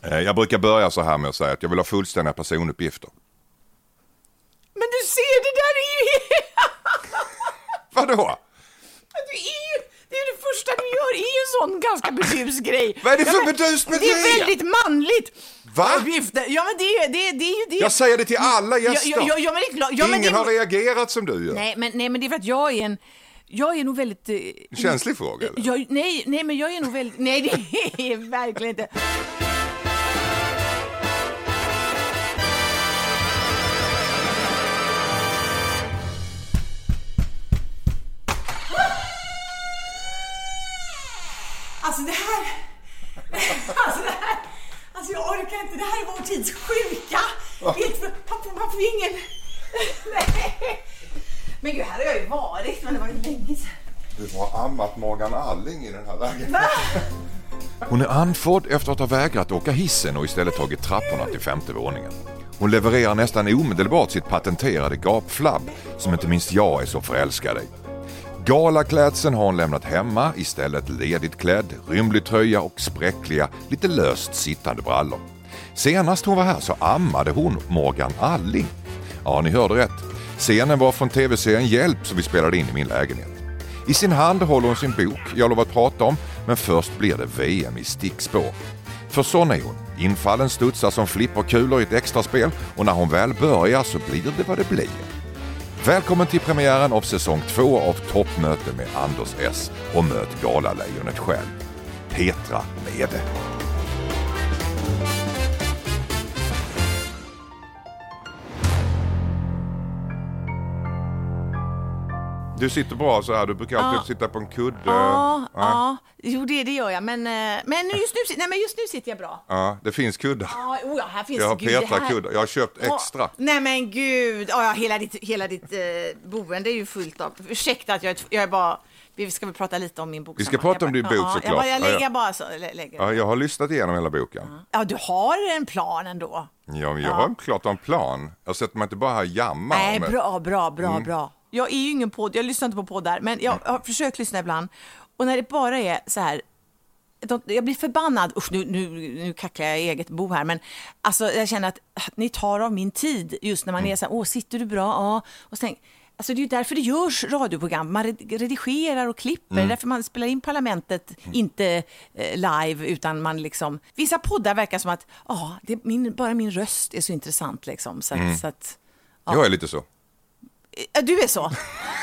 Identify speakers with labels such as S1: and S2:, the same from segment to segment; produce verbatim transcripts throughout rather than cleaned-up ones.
S1: Jag brukar börja så här med att säga att jag vill ha fullständiga personuppgifter.
S2: Men du ser, det där är ju...
S1: Vadå?
S2: Du är ju... Det är det första du gör, är ju en sån ganska bedus grej.
S1: Vad är det för
S2: ja, men,
S1: bedus med det?
S2: Det är väldigt manligt.
S1: Va?
S2: Ja, men det är det, det, är ju det.
S1: Jag säger det till alla gäster.
S2: Ja, ja, ja, men det är klart. Ja,
S1: Ingen
S2: men det...
S1: har reagerat som du gör.
S2: Nej, men, nej, men det är för att jag är en... Jag är nog väldigt... Eh,
S1: Känslig fråga, eller?
S2: Jag, nej, nej, men jag är nog väldigt... Nej, det är verkligen inte... Alltså det här... Alltså det här... Alltså jag orkar inte. Det här är vår tids sjuka. Vet för... Pappa, pappa, ingen... Nej. Men gud, här har jag ju varit. Men det var ju länge sedan.
S1: Du har ammat Morgan Alling i den här lägenheten.
S2: Va?
S1: Hon är andfådd efter att ha vägrat åka hissen och istället tagit trapporna till femte våningen. Hon levererar nästan omedelbart sitt patenterade gapflabb som inte minst jag är så förälskad i. Galaklädseln har hon lämnat hemma, istället ledigt klädd, rymlig tröja och spräckliga, lite löst sittande brallor. Senast hon var här så ammade hon Morgan Alling. Ja, ni hörde rätt. Scenen var från tv-serien Hjälp som vi spelade in i min lägenhet. I sin hand håller hon sin bok jag lovat prata om, men först blir det V M i stickspår. För sån är hon. Infallen studsar som flipperkulor i ett extraspel och när hon väl börjar så blir det vad det blir. Välkommen till premiären av säsong två av Toppmöte med Anders S. och möt galalejonet själv. Petra Mede. Du sitter bra så här, du brukar alltid ja. sitta på en kudde.
S2: Ja, ja. ja. Jo det, det gör jag, men, men, just nu, nej, men just nu sitter jag bra.
S1: Ja, det finns kuddar.
S2: Ja, oh ja, här finns
S1: jag har
S2: gud,
S1: Petra
S2: här...
S1: kuddar, jag har köpt extra.
S2: Oh, nej men gud, oh, ja, hela ditt, hela ditt eh, boende är ju fullt av, ursäkta att jag, jag är bara, vi ska väl prata lite om min bok.
S1: Vi ska prata om din bok
S2: ja,
S1: såklart.
S2: Jag, bara, jag lägger bara så. Lägger.
S1: Ja, jag har lyssnat igenom hela boken.
S2: Ja, du har en plan ändå.
S1: Ja, men jag
S2: ja.
S1: har klart en plan. Jag sätter mig inte bara här jamma.
S2: Nej,
S1: med...
S2: bra, bra, bra, mm. bra. Jag är ju ingen podd, jag lyssnar inte på poddar, men jag har försökt lyssna ibland. Och när det bara är så här, jag blir förbannad. Usch, nu, nu, nu kacklar jag i eget bo här, men alltså jag känner att ni tar av min tid just när man mm. är så här, åh, sitter du bra? Ja. Och så tänk, alltså det är ju därför det görs radioprogram. Man redigerar och klipper. Mm. Därför man spelar in Parlamentet mm. inte eh, live utan man liksom... Vissa poddar verkar som att ah, det, min, bara min röst är så intressant. Liksom, så att,
S1: mm.
S2: så att, ja.
S1: Jag är lite så.
S2: Ja, du är så.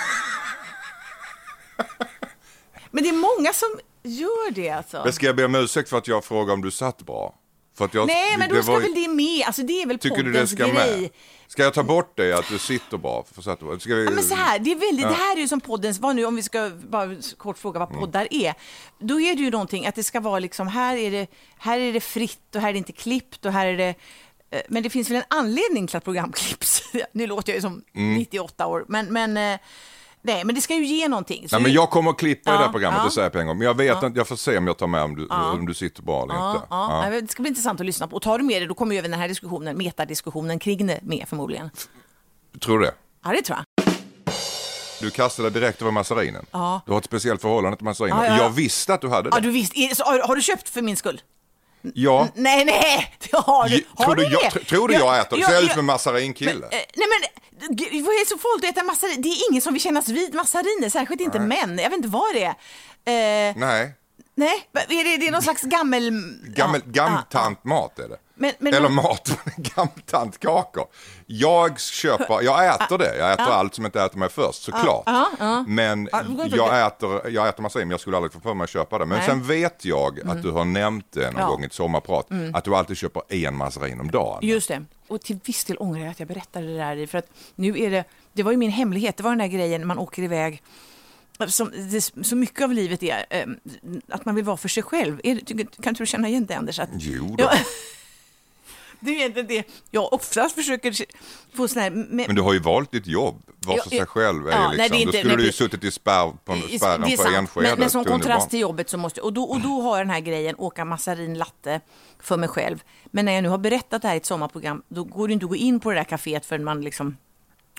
S2: Men det är många som gör det. Alltså.
S1: Men ska jag be om ursäkt för att jag frågar om du satt bra? För att jag,
S2: Nej, men då ska
S1: var...
S2: väl det med. Alltså det är väl
S1: Tycker
S2: poddens
S1: du det ska
S2: grej.
S1: Med? Ska jag ta bort det att du sitter bra? För att du... ska vi...
S2: Ja, men så här, det är väldigt,
S1: ja.
S2: det här är ju som poddens, vad nu om vi ska bara kort fråga vad poddar mm. är. Då är det ju någonting att det ska vara liksom, här är det, här är det fritt och här är det inte klippt och här är det, men det finns väl en anledning till att program klipps. Nu låter jag ju som mm. nittioåtta år, men, men nej, men det ska ju ge någonting. Så
S1: nej, men jag kommer att klippa
S2: ja,
S1: i det här programmet,
S2: ja.
S1: det säger jag på en gång. Men jag vet
S2: ja.
S1: inte, jag får se om jag tar med om du,
S2: ja.
S1: om du sitter bra eller
S2: ja,
S1: inte.
S2: Ja. Ja. Det ska bli intressant att lyssna på. Och tar du med det, då kommer ju även den här diskussionen, metadiskussionen kring det med förmodligen.
S1: Tror du det?
S2: Ja, det tror jag.
S1: Du kastade direkt över massarinen.
S2: Ja.
S1: Du har ett speciellt förhållande till massarinen.
S2: Ja, ja, ja.
S1: Jag visste att du hade det.
S2: Ja, du visste. Så, har, har du köpt för min skull?
S1: Ja.
S2: N- nej, nej. Det har du. Har
S1: tror
S2: du
S1: du jag,
S2: det?
S1: Tror du jag, jag äter?
S2: Jag,
S1: Ser jag
S2: jag,
S1: ut som en massarinkille?
S2: Men, eh, nej, men vad är så folk att äta massarin? Det är ingen som vill kännas vid massariner, särskilt inte nej. män. Jag vet inte vad det är. Eh,
S1: nej.
S2: Nej, är det, det är någon slags gammel...
S1: Gammel,
S2: ja,
S1: gammtantmat ja, ja. är det.
S2: Men, men,
S1: Eller mat, gammtantkakor. Jag köper, jag äter det. Jag äter ja. allt som inte äter mig först, såklart.
S2: Ja, ja.
S1: Men
S2: ja,
S1: jag äter, jag äter massor, men jag skulle aldrig få för mig att köpa det. Men nej. sen vet jag att mm. du har nämnt det någon ja. gång i ett sommarprat. Mm. Att du alltid köper en massarin om dagen.
S2: Just det. Och till viss del ångrar jag att jag berättade det där. För att nu är det, det var ju min hemlighet. Det var den där grejen man åker iväg. Som, det, så mycket av livet är äh, att man vill vara för sig själv. Är, kan inte du känna igen det, Anders? Att,
S1: jo då.
S2: Ja, det är inte det. Jag oftast försöker få sån här... Med,
S1: men du har ju valt ditt jobb. Var för sig själv. Är
S2: ja,
S1: liksom.
S2: nej, det är inte,
S1: då skulle
S2: nej,
S1: du ju suttit i spärr på spärren på Enskede.
S2: Men, men som kontrast till jobbet så måste... Och då, och då har jag den här grejen, åka massarin latte för mig själv. Men när jag nu har berättat det här i ett sommarprogram, då går det inte att gå in på det där kaféet förrän man liksom...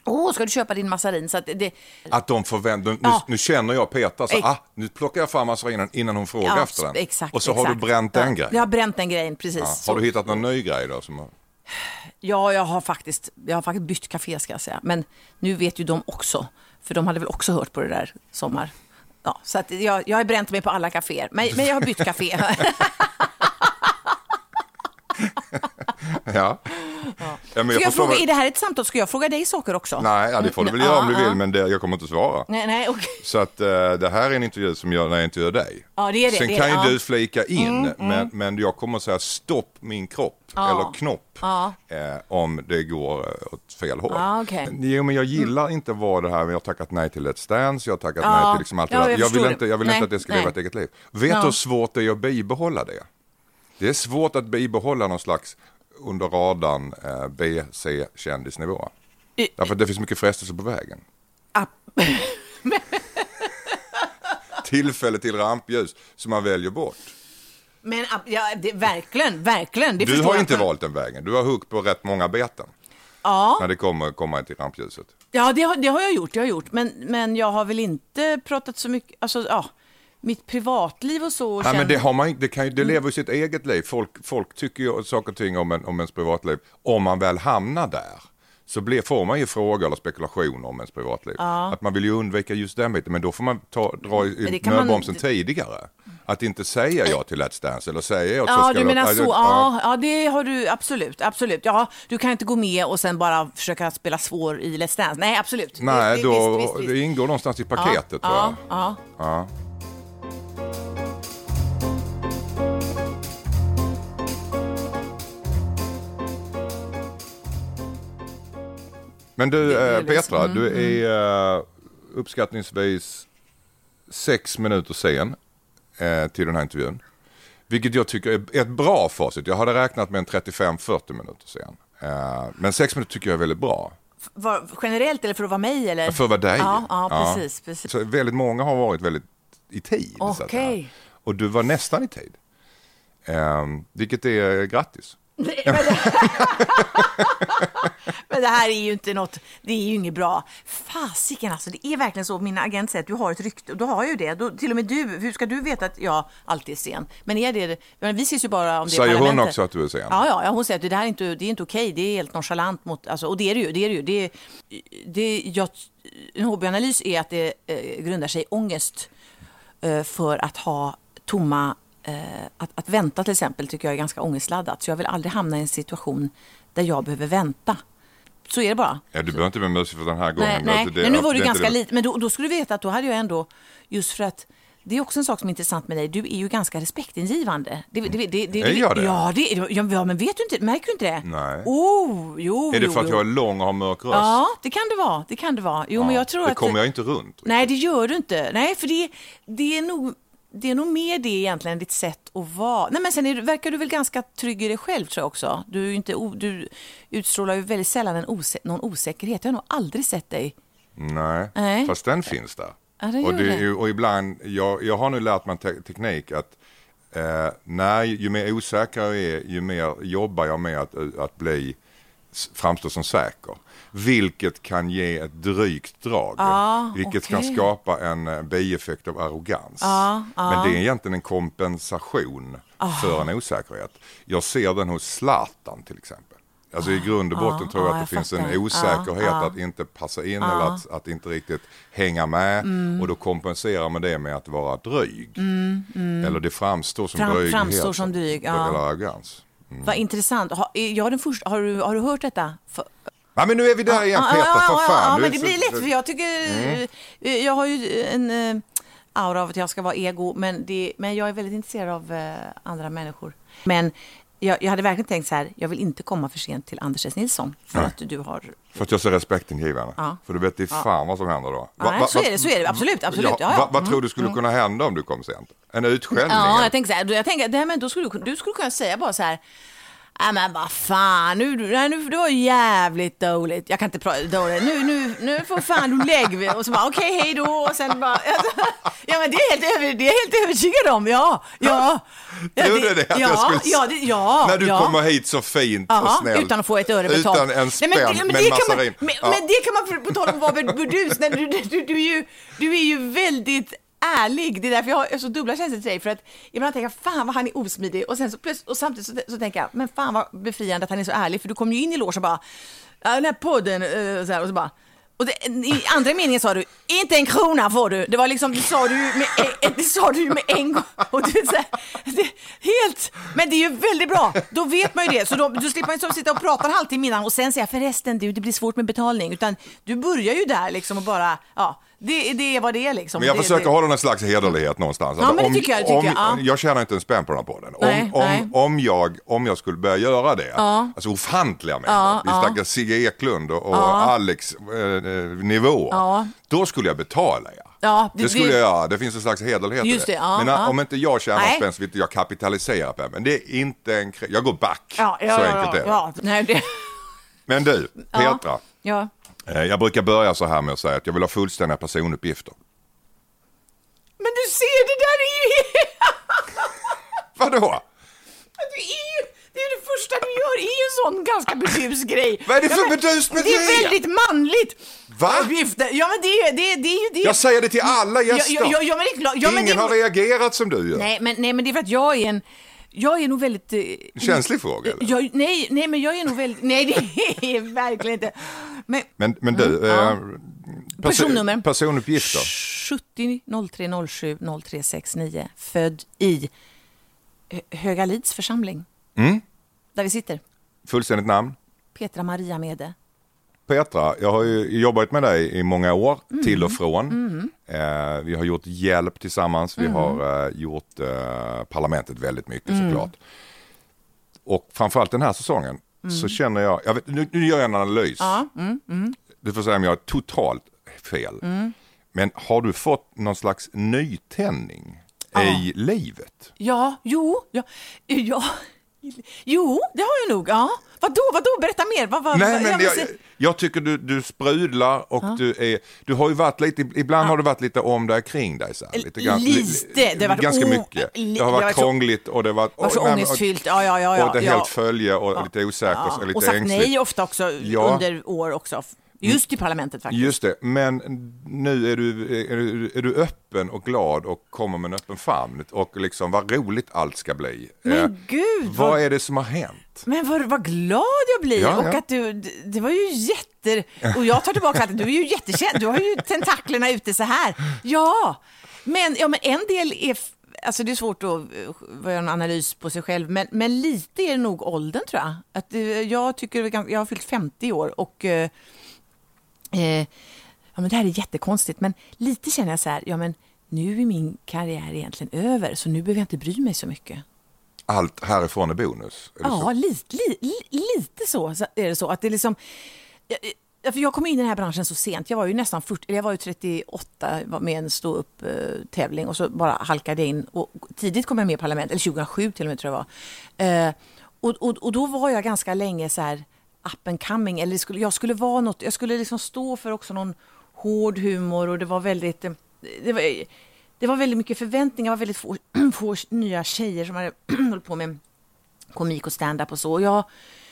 S2: Åh, oh, ska du köpa din massarin? Så att, det...
S1: att de förväntar, nu,
S2: ja.
S1: nu känner jag Petra, så, ah, nu plockar jag fram massarinen innan hon frågar ja, efter den.
S2: Exakt,
S1: och så
S2: exakt.
S1: har du bränt
S2: ja.
S1: den grejen.
S2: Jag har bränt den grejen, precis.
S1: Ja. Har du hittat någon ny grej då? Som har...
S2: Ja, jag har, faktiskt, jag har faktiskt bytt café, ska jag säga. Men nu vet ju de också, för de hade väl också hört på det där sommar. Ja, så att jag, jag har bränt mig på alla kaféer, men, men jag har bytt café.
S1: ja.
S2: Ja.
S1: Ja, men
S2: jag
S1: jag
S2: fråga,
S1: vad...
S2: Är det här ett samtal? Ska jag fråga dig saker också?
S1: Nej, ja, det får du väl göra om du
S2: ja,
S1: vill,
S2: ja.
S1: men det, jag kommer inte att svara.
S2: Nej, nej, okay.
S1: Så att uh, det här är en intervju som jag när jag intervjuar dig.
S2: Ja, det är det.
S1: Sen
S2: det,
S1: kan ju
S2: ja.
S1: du flika in,
S2: mm,
S1: men,
S2: mm.
S1: men jag kommer att säga stopp min kropp,
S2: ja.
S1: eller knopp,
S2: ja.
S1: eh, om det går uh, åt fel håll.
S2: Ja, okay.
S1: Jo, men jag gillar mm. inte vad det här, jag har tackat nej till Let's Dance, jag har tackat
S2: ja.
S1: nej till liksom allt
S2: ja,
S1: det
S2: jag,
S1: jag vill, inte, jag vill
S2: nej,
S1: inte att det ska
S2: nej.
S1: leva ett eget liv. Vet
S2: ja.
S1: du hur svårt det är att bibehålla det? Det är svårt att bibehålla någon slags under radarn eh, B C-kändisnivå. I, Därför att det finns mycket frestelse på vägen. Tillfälle till rampljus som man väljer bort.
S2: Men ja, det, verkligen, verkligen. Det
S1: du har inte
S2: jag.
S1: valt den vägen. Du har huggt på rätt många beten.
S2: Ja.
S1: När det kommer, kommer till rampljuset.
S2: Ja, det har, det har jag gjort. Det har jag gjort. Men, men jag har väl inte pratat så mycket... Alltså, ja, mitt privatliv och så...
S1: Nej,
S2: känner...
S1: men det, har man, det, kan ju, det lever ju sitt eget liv. Folk, folk tycker ju saker och ting om, en, om ens privatliv. Om man väl hamnar där så blir, får man ju frågor eller spekulationer om ens privatliv.
S2: Ja.
S1: Att man vill ju undvika just den biten. Men då får man ta, dra i nödbromsen man... tidigare. Att inte säga ja till Let's Dance eller säga ja till...
S2: Ja, du
S1: ska
S2: menar
S1: jag,
S2: så.
S1: ja.
S2: Ja, ja, det har du absolut. absolut. Ja, du kan inte gå med och sen bara försöka spela svår i Let's Dance. Nej, absolut.
S1: Nej,
S2: det,
S1: då,
S2: visst, visst, visst.
S1: det ingår någonstans i paketet.
S2: Ja,
S1: tror jag.
S2: ja, ja.
S1: ja. Men du, eh, Petra, mm, du är uh, uppskattningsvis sex minuter sen eh, till den här intervjun. Vilket jag tycker är ett bra facit. Jag hade räknat med en trettiofem till fyrtio minuter sen. Eh, men sex minuter tycker jag är väldigt bra.
S2: Var, generellt eller för att vara mig? Eller?
S1: För att vara dig.
S2: Ja, ja, precis, ja. precis.
S1: Så väldigt många har varit väldigt i tid.
S2: Okej. Okay.
S1: Och du var nästan i tid. Eh, vilket är grattis.
S2: Nej, men, det... men det här är ju inte något, det är ju inget bra. Fasiken alltså, det är verkligen så. Min agent säger att du har ett rykte, och då har jag ju det. Då, till och med du, hur ska du veta att jag alltid är sen? Men är det, vi ses ju bara om det
S1: säger hon också att du är sen?
S2: Ja, ja, ja, hon säger att det här är inte, det är inte okej, det är helt nonchalant mot, alltså, och det är det ju, det är det ju. Det, det, jag, en hobbyanalys är att det eh, grundar sig i ångest eh, för att ha tomma Att, att vänta till exempel tycker jag är ganska ångestladdat. Så jag vill aldrig hamna i en situation där jag behöver vänta. Så är det bara.
S1: Ja, du behöver inte bli musig för den här gången.
S2: Nej, nej.
S1: Det,
S2: men nu var det,
S1: det
S2: ganska
S1: det...
S2: lite. Men då, då skulle du veta att då hade jag ändå, just för att det är också en sak som är intressant med dig. Du är ju ganska respektingivande. Det, det, det, det, det,
S1: är jag det?
S2: Ja, det, ja, men vet du inte? Märker du inte det?
S1: Nej.
S2: Oh, jo,
S1: är det för
S2: jo,
S1: att jag är lång och har mörk röst?
S2: Ja, det kan det vara. Det kan det vara. Jo,
S1: ja,
S2: men jag tror
S1: det
S2: att...
S1: kommer jag inte runt. Riktigt.
S2: Nej, det gör du inte. Nej, för det, det är nog... Det är nog mer det egentligen, ditt sätt att vara. Nej, men sen är, verkar du väl ganska trygg i dig själv, tror jag också. Du, är inte, du utstrålar ju väldigt sällan en osä- någon osäkerhet. Jag har nog aldrig sett dig.
S1: Nej,
S2: Nej.
S1: fast den finns där.
S2: Ja, det gör
S1: och, det,
S2: det.
S1: och ibland, jag, jag har nu lärt mig te- teknik att eh, när, ju mer osäker jag är, ju mer jobbar jag med att, att bli, framstå som säker. Vilket kan ge ett drygt drag.
S2: Ah,
S1: vilket
S2: okay.
S1: kan skapa en bieffekt av arrogans.
S2: Ah, ah.
S1: Men det är egentligen en kompensation ah. för en osäkerhet. Jag ser den hos Zlatan till exempel. Alltså i grund och botten ah, tror jag
S2: ah,
S1: att det
S2: jag
S1: finns
S2: fattar.
S1: en osäkerhet
S2: ah,
S1: att inte passa in
S2: ah.
S1: eller att, att inte riktigt hänga med.
S2: Mm.
S1: Och då kompenserar man det med att vara dryg.
S2: Mm, mm.
S1: Eller det framstår som
S2: Fram,
S1: dryghet.
S2: Framstår som dryg, ja.
S1: Eller arrogans.
S2: Mm. Vad intressant. Har, jag den första, har, du, har du hört detta? För...
S1: Ja, men nu är vi där igen, Peter,
S2: ja, ja,
S1: för fan.
S2: Ja,
S1: ja,
S2: men det blir lätt, för jag tycker... Mm. Jag har ju en uh, aura av att jag ska vara ego, men, det, men jag är väldigt intresserad av uh, andra människor. Men jag, jag hade verkligen tänkt så här, jag vill inte komma för sent till Anders S. Nilsson, för
S1: Nej.
S2: att du har...
S1: För att jag ser respektingivande.
S2: Ja.
S1: För du vet det fan ja. vad som händer då.
S2: Va, Nej, va, så, är det, så är det, absolut. absolut. Ja,
S1: ja,
S2: ja.
S1: Vad, vad
S2: mm.
S1: tror du skulle kunna hända om du kom sent? En utskällning?
S2: Ja, jag tänker så här, jag tänker, nej, men då skulle du, du skulle kunna säga bara så här... Nej men vad fan, nu, nej, nu, det var jävligt dåligt. Jag kan inte prata dåligt. Nu, nu, nu får fan du lägger vi. Och så bara okej, okay, hej då. Och sen bara, ja men det är helt, över, det är helt övertygad om, ja. Ja.
S1: Tror du det att
S2: ja,
S1: jag skulle
S2: ja, det, ja,
S1: när du
S2: ja.
S1: kommer hit så fint
S2: ja,
S1: och snällt.
S2: Utan att få ett öre betalt.
S1: Utan en spänn
S2: nej, men, men,
S1: med
S2: det
S1: massarin.
S2: man, men,
S1: ja.
S2: men det kan man på tal om att vara burdus. Du, du, du, du, är ju, du är ju väldigt ärlig. Det är därför jag har så dubbla känslor till dig. För att ibland tänker jag, fan vad han är osmidig. Och, sen så, och samtidigt så, så tänker jag, men fan vad befriande att han är så ärlig. För du kom ju in i logen och bara, den här podden, och så, här, och så bara... Och det, i andra meningen sa du, inte en krona får du. Det var liksom, det sa du med, det sa du med en gång. Och du, så här, det, helt, men det är ju väldigt bra. Då vet man ju det. Så då, då slipper man inte sitta och prata en halvtimme innan och sen säga, förresten du, det blir svårt med betalning. Utan du börjar ju där liksom och bara, ja, det, det är vad det är liksom.
S1: Men jag
S2: det,
S1: försöker
S2: det.
S1: hålla någon slags hederlighet någonstans.
S2: Ja, men det
S1: om,
S2: tycker jag, det tycker
S1: om,
S2: jag. Ja.
S1: Jag tjänar inte en spänn på den här podden.
S2: Nej,
S1: om,
S2: nej.
S1: om, om, jag, om jag skulle börja göra det,
S2: ja.
S1: alltså ofantliga mängder,
S2: ja,
S1: vi
S2: ja.
S1: snackar Sigge Eklund och, och
S2: ja.
S1: Alex eh, nivå,
S2: ja.
S1: då skulle jag betala, ja.
S2: Ja,
S1: det, det skulle jag göra, det finns en slags hederlighet
S2: Just det, ja,
S1: men
S2: ja.
S1: om inte jag tjänar
S2: nej.
S1: spänn så vill inte jag kapitalisera på det. Men det är inte en... Jag går back,
S2: ja, ja,
S1: så
S2: ja,
S1: enkelt är det.
S2: Ja, nej, det.
S1: Men du, Petra,
S2: ja. Ja.
S1: jag brukar börja så här med att säga att jag vill ha fullständiga personuppgifter.
S2: Men du ser, det där är ju...
S1: Vadå?
S2: Du är ju, det är ju det första du gör, är ju en sån ganska burdus grej.
S1: Vad är det för
S2: ja,
S1: burdus med det?
S2: Det är väldigt manligt.
S1: Va?
S2: Ja, men det är, det, det är ju det.
S1: Jag säger det till alla gäster.
S2: Ja, ja, ja, men det är klart. Ja, men
S1: Ingen
S2: det...
S1: har reagerat som du gör.
S2: Nej men, nej, men det är för att jag är en... Jag är nog väldigt... Eh,
S1: Känslig fråga, eller?
S2: Jag, nej, nej, men jag är nog väldigt... Nej, det är verkligen inte. Men,
S1: men, men du...
S2: Mm,
S1: eh,
S2: ja.
S1: perso-
S2: Personnummer.
S1: Personuppgifter.
S2: sjuttio noll tre noll sju noll tre sex nio. Född i Högalids församling.
S1: Mm.
S2: Där vi sitter.
S1: Fullständigt namn?
S2: Petra Maria Mede.
S1: Petra, jag har ju jobbat med dig i många år,
S2: Mm.
S1: till och från.
S2: Mm.
S1: Eh, vi har gjort hjälp tillsammans, vi
S2: Mm.
S1: har eh, gjort eh, parlamentet väldigt mycket
S2: Mm.
S1: såklart. Och framförallt den här säsongen
S2: Mm.
S1: så känner jag, jag vet, nu, nu gör jag en analys.
S2: Ja. Mm. Mm.
S1: Du får säga om jag har totalt fel.
S2: Mm.
S1: Men har du fått någon slags nytändning
S2: Ja.
S1: i livet?
S2: Ja, jo, ja, ja. Jo, det har jag nog. Ja. Vadå, vadå? Berätta mer. Vad, vad,
S1: Nej,
S2: vad,
S1: men
S2: jag,
S1: jag,
S2: se...
S1: jag tycker du, du sprudlar och
S2: Ja.
S1: du är, du har ju varit lite, ibland
S2: Ja.
S1: har du varit lite om dig kring dig. Så här, lite, grann,
S2: Lite, det har varit
S1: ganska
S2: o-
S1: mycket.
S2: li-
S1: Det har
S2: det har
S1: varit
S2: varit så-
S1: krångligt och det har varit,
S2: var så
S1: nej, men-
S2: ångestfyllt. Ja, ja, ja, ja,
S1: och det är
S2: ja.
S1: helt följe och
S2: Ja.
S1: lite osäkert
S2: Ja.
S1: och lite
S2: Och sagt
S1: ängsligt.
S2: nej ofta också
S1: Ja.
S2: under år också. Just i parlamentet faktiskt.
S1: Just det, men nu är du, är, du, är du öppen och glad och kommer med en öppen famn och liksom vad roligt allt ska bli.
S2: Men
S1: Eh,
S2: gud,
S1: vad
S2: vad,
S1: är det som har hänt?
S2: men vad, vad glad jag blir.
S1: Ja,
S2: och
S1: ja.
S2: att du, det, det var ju jätte... Och jag tar tillbaka att du är ju jättekänd. Du har ju tentaklerna ute så här. Ja, men, ja, men en del är... f- Alltså det är svårt att uh, göra en analys på sig själv, men, men lite är det nog åldern tror jag. Att, uh, jag tycker vi kan- jag har fyllt femtio år och... Uh, Eh, ja, men det här är jättekonstigt, men lite känner jag så här, ja men nu är min karriär egentligen över, så nu behöver jag inte bry mig så mycket.
S1: Allt härifrån är bonus? Är det
S2: Ja,
S1: så?
S2: lite, li, li, lite så, så är det så. Att det är liksom, jag, för jag kom in i den här branschen så sent, jag var ju nästan fyrtio, eller jag var ju trettioåtta var med en stå upp eh, tävling och så bara halkade in. Och tidigt kom jag med i parlament, eller tjugohundrasju till och med tror jag var. Eh, och, och, och då var jag ganska länge så här up and coming, eller det skulle, jag skulle vara något, jag skulle liksom stå för också någon hård humor och det var väldigt, det var, det var väldigt mycket förväntningar, det var väldigt få, få nya tjejer som hade hållit på med komik och stand-up och så. Och jag,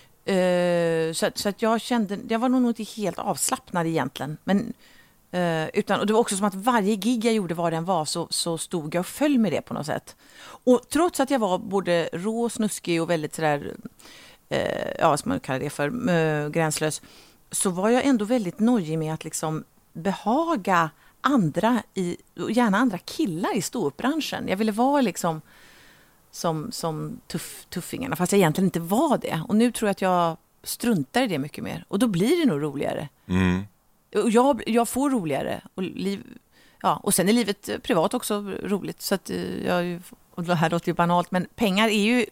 S2: eh, så, att, så att jag kände, jag var nog inte helt avslappnad egentligen, men eh, utan, och det var också som att varje gig jag gjorde, vad den var, så, så stod jag och föll med det på något sätt. Och trots att jag var både rå, snuskig och väldigt sådär, eh, ja vad ska man kalla det för, eh, gränslös, så var jag ändå väldigt nojig med att liksom behaga andra, i, gärna andra killar i ståuppbranschen. Jag ville vara liksom som, som tuff, tuffingarna, fast jag egentligen inte var det. Och nu tror jag att jag struntar i det mycket mer. Och då blir det nog roligare.
S1: Mm.
S2: Och jag, jag får roligare. Och, liv, ja, och sen är livet privat också roligt. Så att jag, och det här låter ju banalt, men pengar är ju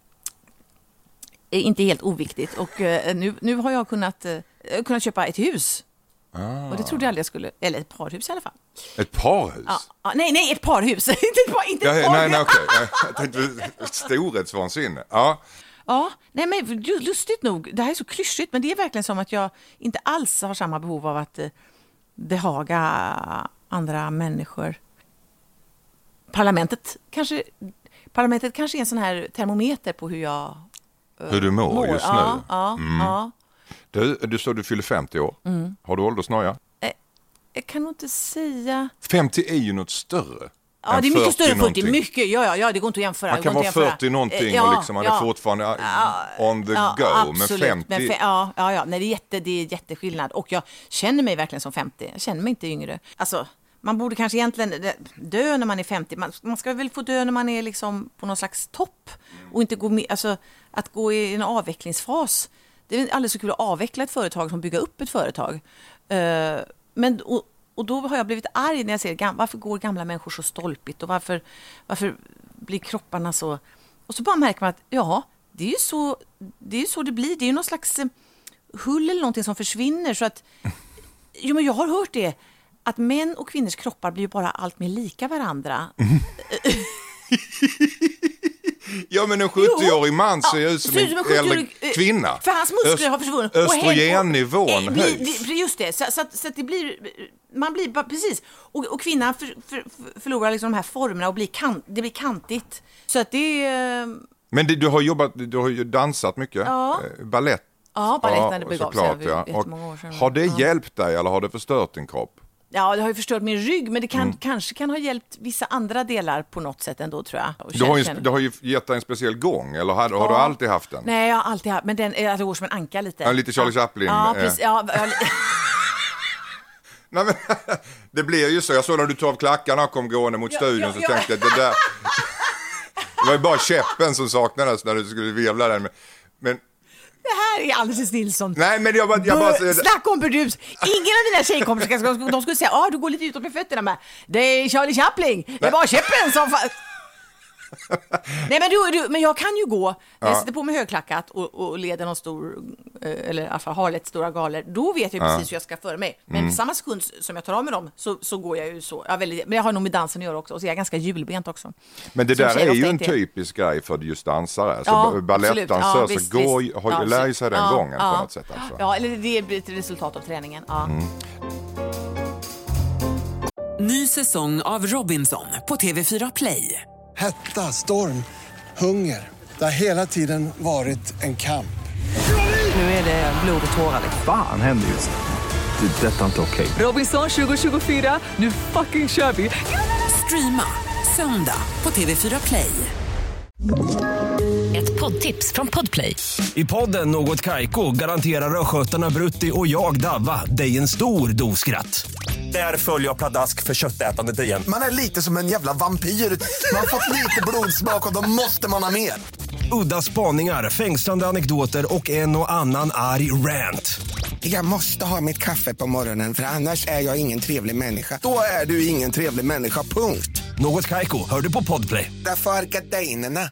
S2: är inte helt oviktigt. Och nu, nu har jag kunnat, kunnat köpa ett hus.
S1: Ah.
S2: Och det trodde jag aldrig jag skulle. Eller ett parhus i alla fall.
S1: Ett parhus?
S2: Ja, ja, nej, nej, ett parhus. inte ett, par, inte ett
S1: Ja,
S2: parhus.
S1: nej, nej, okej. Jag tänkte storhetsvansinne. Ja.
S2: Ja, nej men lustigt nog, det här är så klyschigt, men det är verkligen som att jag inte alls har samma behov av att eh, behaga andra människor. Parlamentet kanske, parlamentet kanske är en sån här termometer på hur jag eh,
S1: Hur du mår, mår. just
S2: ja,
S1: nu.
S2: Ja, mm. ja.
S1: Du, du sa du fyller femtio år. Mm. Har du åldersnoja?
S2: Eh, jag kan nog inte säga...
S1: femtio är ju något större.
S2: Ja, det är mycket större än fyrtio. Mycket, ja, ja, ja, det går inte att jämföra.
S1: Man kan vara fyrtio någonting ja, och liksom man ja, är fortfarande ja, on the ja, go. Absolut. Men femtio... Men fe-
S2: ja, ja, ja. Nej, det, är jätte, det är jätteskillnad. Och jag känner mig verkligen som femtio. Jag känner mig inte yngre. Alltså, man borde kanske egentligen dö när man är femtio. Man, man ska väl få dö när man är liksom på någon slags topp. Och inte gå med, alltså, att gå i en avvecklingsfas. Det är alldeles så kul att avveckla ett företag som bygga upp ett företag. Uh, men... Och, Och då har jag blivit arg när jag ser varför går gamla människor så stolpigt och varför, varför blir kropparna så... Och så bara märker man att ja, det är ju så det, är ju så det blir. Det är ju någon slags hull eller någonting som försvinner. Så att, jo, men jag har hört det, att män och kvinnors kroppar blir ju bara allt mer lika varandra. Mm.
S1: Ja, men en sjuttio-årig man ser ju ut som en äldre kvinna.
S2: För hans muskler har försvunnit.
S1: Östrogennivån höjs.
S2: Just det, så, så, att, så att det blir... Man blir bara, precis. Och, och kvinnan för, för, förlorar liksom de här formerna och blir kant, det blir kantigt. Så att det är...
S1: Men det, du har jobbat, du har ju dansat mycket. Ja. Ballett.
S2: Ja, ballett när det begav sig.
S1: Ja. År sedan. Har det ja. hjälpt dig eller har det förstört din kropp?
S2: Ja, det har ju förstört min rygg, men det kan, mm. kanske kan ha hjälpt vissa andra delar på något sätt ändå, tror jag.
S1: Du har, ju, du har ju gett dig en speciell gång, eller har, ja. har du alltid haft den?
S2: Nej, jag har alltid haft, men den är går som en anka lite.
S1: Ja, lite Charlie Chaplin.
S2: Ja, precis. Ja, ja.
S1: Nej, men, det blir ju så. Jag såg när du tog av klackarna och kom gående mot ja, studion ja, så ja. tänkte jag att det där... Det var ju bara käppen som saknades när du skulle vevla den. Men...
S2: Det här är Anders Nilsson.
S1: Nej, men jag bara... Jag bara
S2: B- Snack om burdus. Ingen av dina tjejkompisar, de skulle säga ah, du går lite utåt med fötterna med. Det är Charlie Chaplin. Det var käppen som... Fa- Nej, men, du, du, men jag kan ju gå. När jag
S1: ja.
S2: sitter på mig högklackat och, och leder någon stor, eller i alla fall har lite stora galer, då vet jag
S1: ja.
S2: precis hur jag ska föra mig. Men
S1: mm.
S2: samma sekund som jag tar av med dem så, så går jag ju så. Jag väldigt, men jag har nog med dansen att göra också. Och så är jag ganska julbent också.
S1: Men det där är ju en typisk grej för just dansare. Så ja, balettdansör ja, så går, visst. Har, ja, lär ju sig den ja, gången ja. på något sätt. Alltså.
S2: Ja, eller det blir ett resultat av träningen. Ja. Mm.
S3: Ny säsong av Robinson på T V fyra Play.
S4: Hetta, storm, hunger. Det har hela tiden varit en kamp.
S2: Nu är det blod och tårar.
S5: Fan händer just det. Det är detta inte okej.
S3: Okay. Robinson tjugo tjugofyra, nu fucking kör vi. Streama söndag på T V fyra Play. Ett poddtips från Podplay.
S6: I podden Något Kaiko garanterar röskötarna Brutti och jag Davva dig en stor doskratt. Där följer jag pladask för köttätandet igen.
S7: Man är lite som en jävla vampyr. Man har fått lite blodsmak och då måste man ha mer.
S6: Udda spaningar, fängslande anekdoter och en och annan arg rant.
S7: Jag måste ha mitt kaffe på morgonen för annars är jag ingen trevlig människa. Då är du ingen trevlig människa, punkt.
S6: Något Kaiko, hör du på Podplay.
S7: Därför är gardinerna.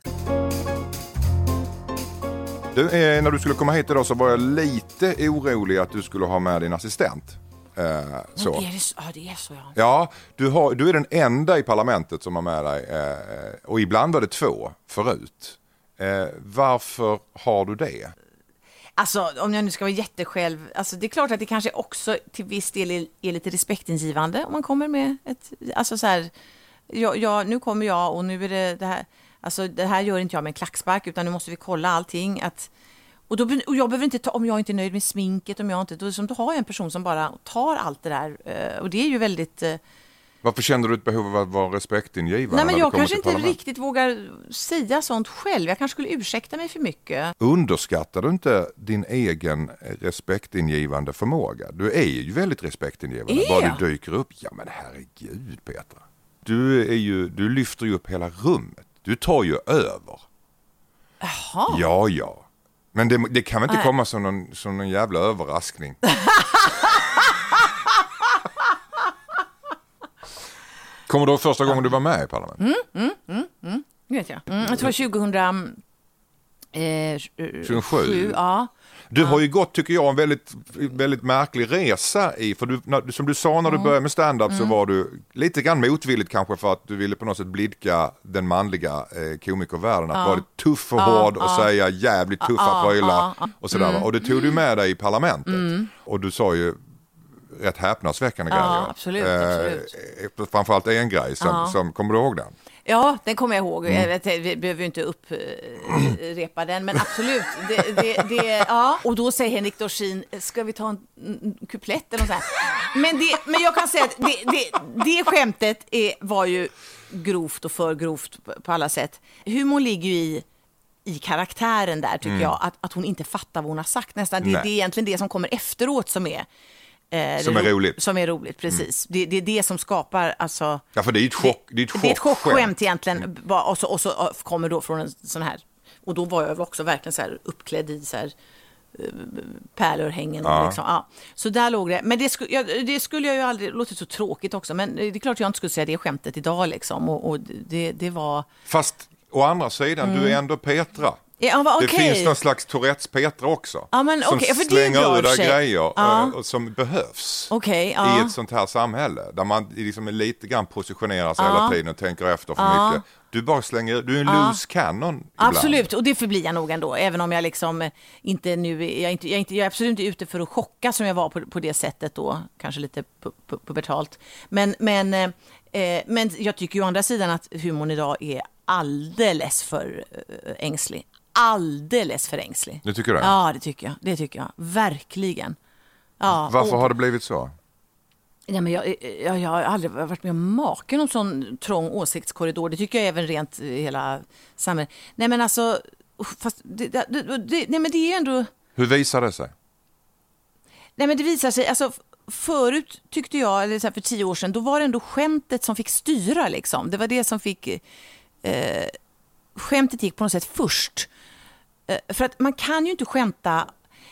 S1: Du, eh, när du skulle komma hit idag så var jag lite orolig att du skulle ha med din assistent. Eh, så.
S2: Det är så, ja, det är så, ja.
S1: Ja, du, har, du är den enda i parlamentet som har med dig. Eh, och ibland var det två förut. Eh, varför har du det?
S2: Alltså, om jag nu ska vara jättesjälv, alltså det är klart att det kanske också till viss del är, är lite respektingivande om man kommer med ett, alltså så här, ja, ja, nu kommer jag och nu är det det här, alltså det här gör inte jag med en klackspark utan nu måste vi kolla allting, att, och, då, och jag behöver inte ta, om jag inte är nöjd med sminket, om jag inte, då, som, då har jag en person som bara tar allt det där, och det är ju väldigt...
S1: Varför känner du ett behov av att vara respektingivande?
S2: Nej, men jag kanske inte riktigt vågar säga sånt själv. Jag kanske skulle ursäkta mig för mycket.
S1: Underskattar du inte din egen respektingivande förmåga? Du är ju väldigt respektingivande. Bara du dyker upp. Ja, men herregud, Petra. Du, är ju, du lyfter ju upp hela rummet. Du tar ju över.
S2: Jaha.
S1: Ja, ja. Men det, det kan väl inte Nej. komma som någon, som någon jävla överraskning. Kommer du första gången du var med i parlamentet?
S2: Mm, mm, mm, mm. Vet jag. Mm, jag tror tjugohundra Eh,
S1: tjugosju.
S2: Ja.
S1: Du har ju gått, tycker jag, en väldigt, väldigt märklig resa i, för du, när, som du sa när du började med stand-up mm. så var du lite grann motvilligt kanske för att du ville på något sätt blidka den manliga eh, komikervärlden, att ja. vara tuff och ja, hård och ja. säga jävligt tuffa ja, prylar ja, ja. och sådär. Mm. Och det tog du med dig i parlamentet mm. och du sa ju rätt häpnadsväckande
S2: ja,
S1: grejer.
S2: Absolut, absolut.
S1: Eh, framförallt en grej som, ja. som kommer du ihåg den?
S2: Ja, den kommer jag ihåg. Mm. Jag vet, vi behöver ju inte upprepa den, men absolut. Det, det, det, ja. Och då säger Henrik Dorsin, ska vi ta en, en kuplett eller något sånt här? Men, det, men jag kan säga att det, det, det skämtet är, var ju grovt och för grovt på, på alla sätt. Humor ligger ju i, i karaktären där, tycker mm. jag. Att, att hon inte fattar vad hon har sagt nästan. Det, det är egentligen det som kommer efteråt som är Eh,
S1: som är roligt.
S2: Som är roligt, precis. Mm. Det, det är det som skapar, alltså...
S1: Ja, för det är ett chock, det, det är ett chock,
S2: det är ett chockskämt egentligen. Mm. Och, så, och så kommer då från en sån här... Och då var jag också verkligen så här uppklädd i så här uh, pärlörhängen. Ja. Liksom. Ja. Så där låg det. Men det, sku, ja, det skulle jag ju aldrig... Det låter så tråkigt också, men det är klart jag inte skulle säga det skämtet idag liksom. Och, och det, det var...
S1: Fast å andra sidan, mm. du är ändå Petra.
S2: Ja, va, okay.
S1: Det finns någon slags Tourettes Petra också.
S2: Ja, men,
S1: som
S2: okay,
S1: slänger ur där grejer ja. och, och som behövs
S2: okay, ja.
S1: i ett sånt här samhälle. Där man liksom är lite grann positionerar sig ja. hela tiden och tänker efter för
S2: ja.
S1: mycket. Du bara slänger, du är en ja. loose cannon ibland.
S2: Absolut, och det förblir jag nog ändå. Även om jag liksom inte nu, jag är, inte, jag är, inte, jag är absolut inte ute för att chocka som jag var på, på det sättet då. Kanske lite pubertalt. Men, men, eh, men jag tycker ju å andra sidan att humorn idag är alldeles för eh, ängslig. Alldeles för ängslig.
S1: Det tycker du?
S2: Ja, det tycker jag. Det tycker jag. Verkligen. Ja,
S1: varför
S2: och,
S1: har det blivit så?
S2: Ja, men jag, jag, jag har aldrig varit med om maken någon sån trång åsiktskorridor. Det tycker jag även rent hela samhället. Nej, men alltså... Fast det, det, det, nej, men det är ju ändå...
S1: Hur visar det sig?
S2: Nej, men det visar sig... Alltså, förut tyckte jag, eller så här för tio år sedan, då var det ändå skämtet som fick styra. Liksom. Det var det som fick... Eh, skämtet gick på något sätt först. För att man kan ju inte skämta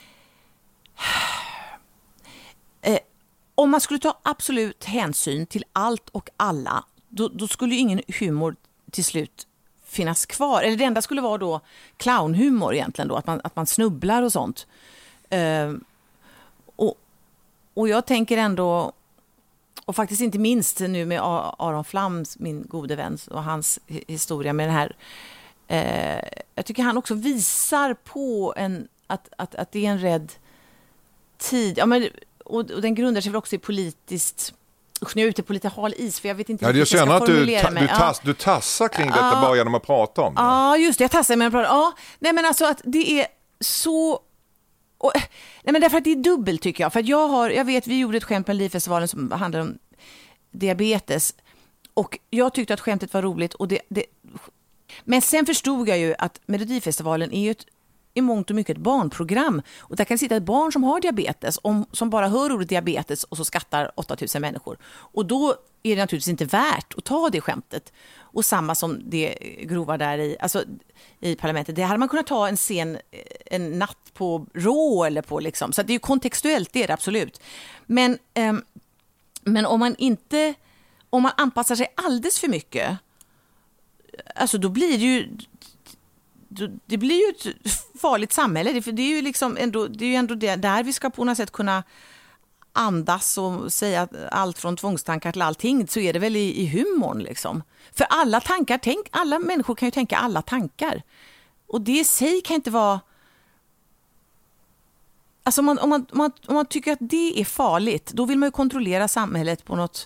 S2: eh, om man skulle ta absolut hänsyn till allt och alla, då, då skulle ju ingen humor till slut finnas kvar. Eller det enda skulle vara då clownhumor egentligen då, att man, att man snubblar och sånt. Eh, och, och jag tänker ändå, och faktiskt inte minst nu med Aron Flam, min gode vän, och hans historia med den här. Eh, jag tycker han också visar på en, att, att, att det är en rädd tid. Ja, men, och, och den grundar sig väl också i politiskt... Usch, nu är jag ute på lite hal is, för jag vet inte
S1: ja,
S2: hur jag ska
S1: känner
S2: formulera
S1: att du, ta,
S2: mig.
S1: du, tass, du tassar kring ja. detta bara genom att prata om det.
S2: Ja, just det. Jag tassar med att prata. Ja, nej, men alltså att det är så... Och, nej, men därför att det är dubbelt, tycker jag. För att jag har... Jag vet, vi gjorde ett skämt på Melodifestivalen som handlade om diabetes. Och jag tyckte att skämtet var roligt. Och det... det Men sen förstod jag ju att Melodifestivalen är ju ett, i mångt och mycket ett barnprogram. Och där kan sitta ett barn som har diabetes, om, som bara hör ordet diabetes och så skattar åtta tusen människor. Och då är det naturligtvis inte värt att ta det skämtet. Och samma som det grova där i, alltså, i parlamentet. Det hade man kunnat ta en scen en natt på Rå eller på liksom. Så det är ju kontextuellt, det är det absolut. Men, eh, men om man inte, om man anpassar sig alldeles för mycket, alltså då blir det ju det blir ju ett farligt samhälle. Det är ju liksom ändå, det är ju ändå det, där vi ska på något sätt kunna andas och säga allt från tvångstankar till allting, så är det väl i, i humorn liksom. För alla tankar, tänk, alla människor kan ju tänka alla tankar. Och det i sig kan inte vara... Alltså om man, om man, om man, om man tycker att det är farligt, då vill man ju kontrollera samhället på något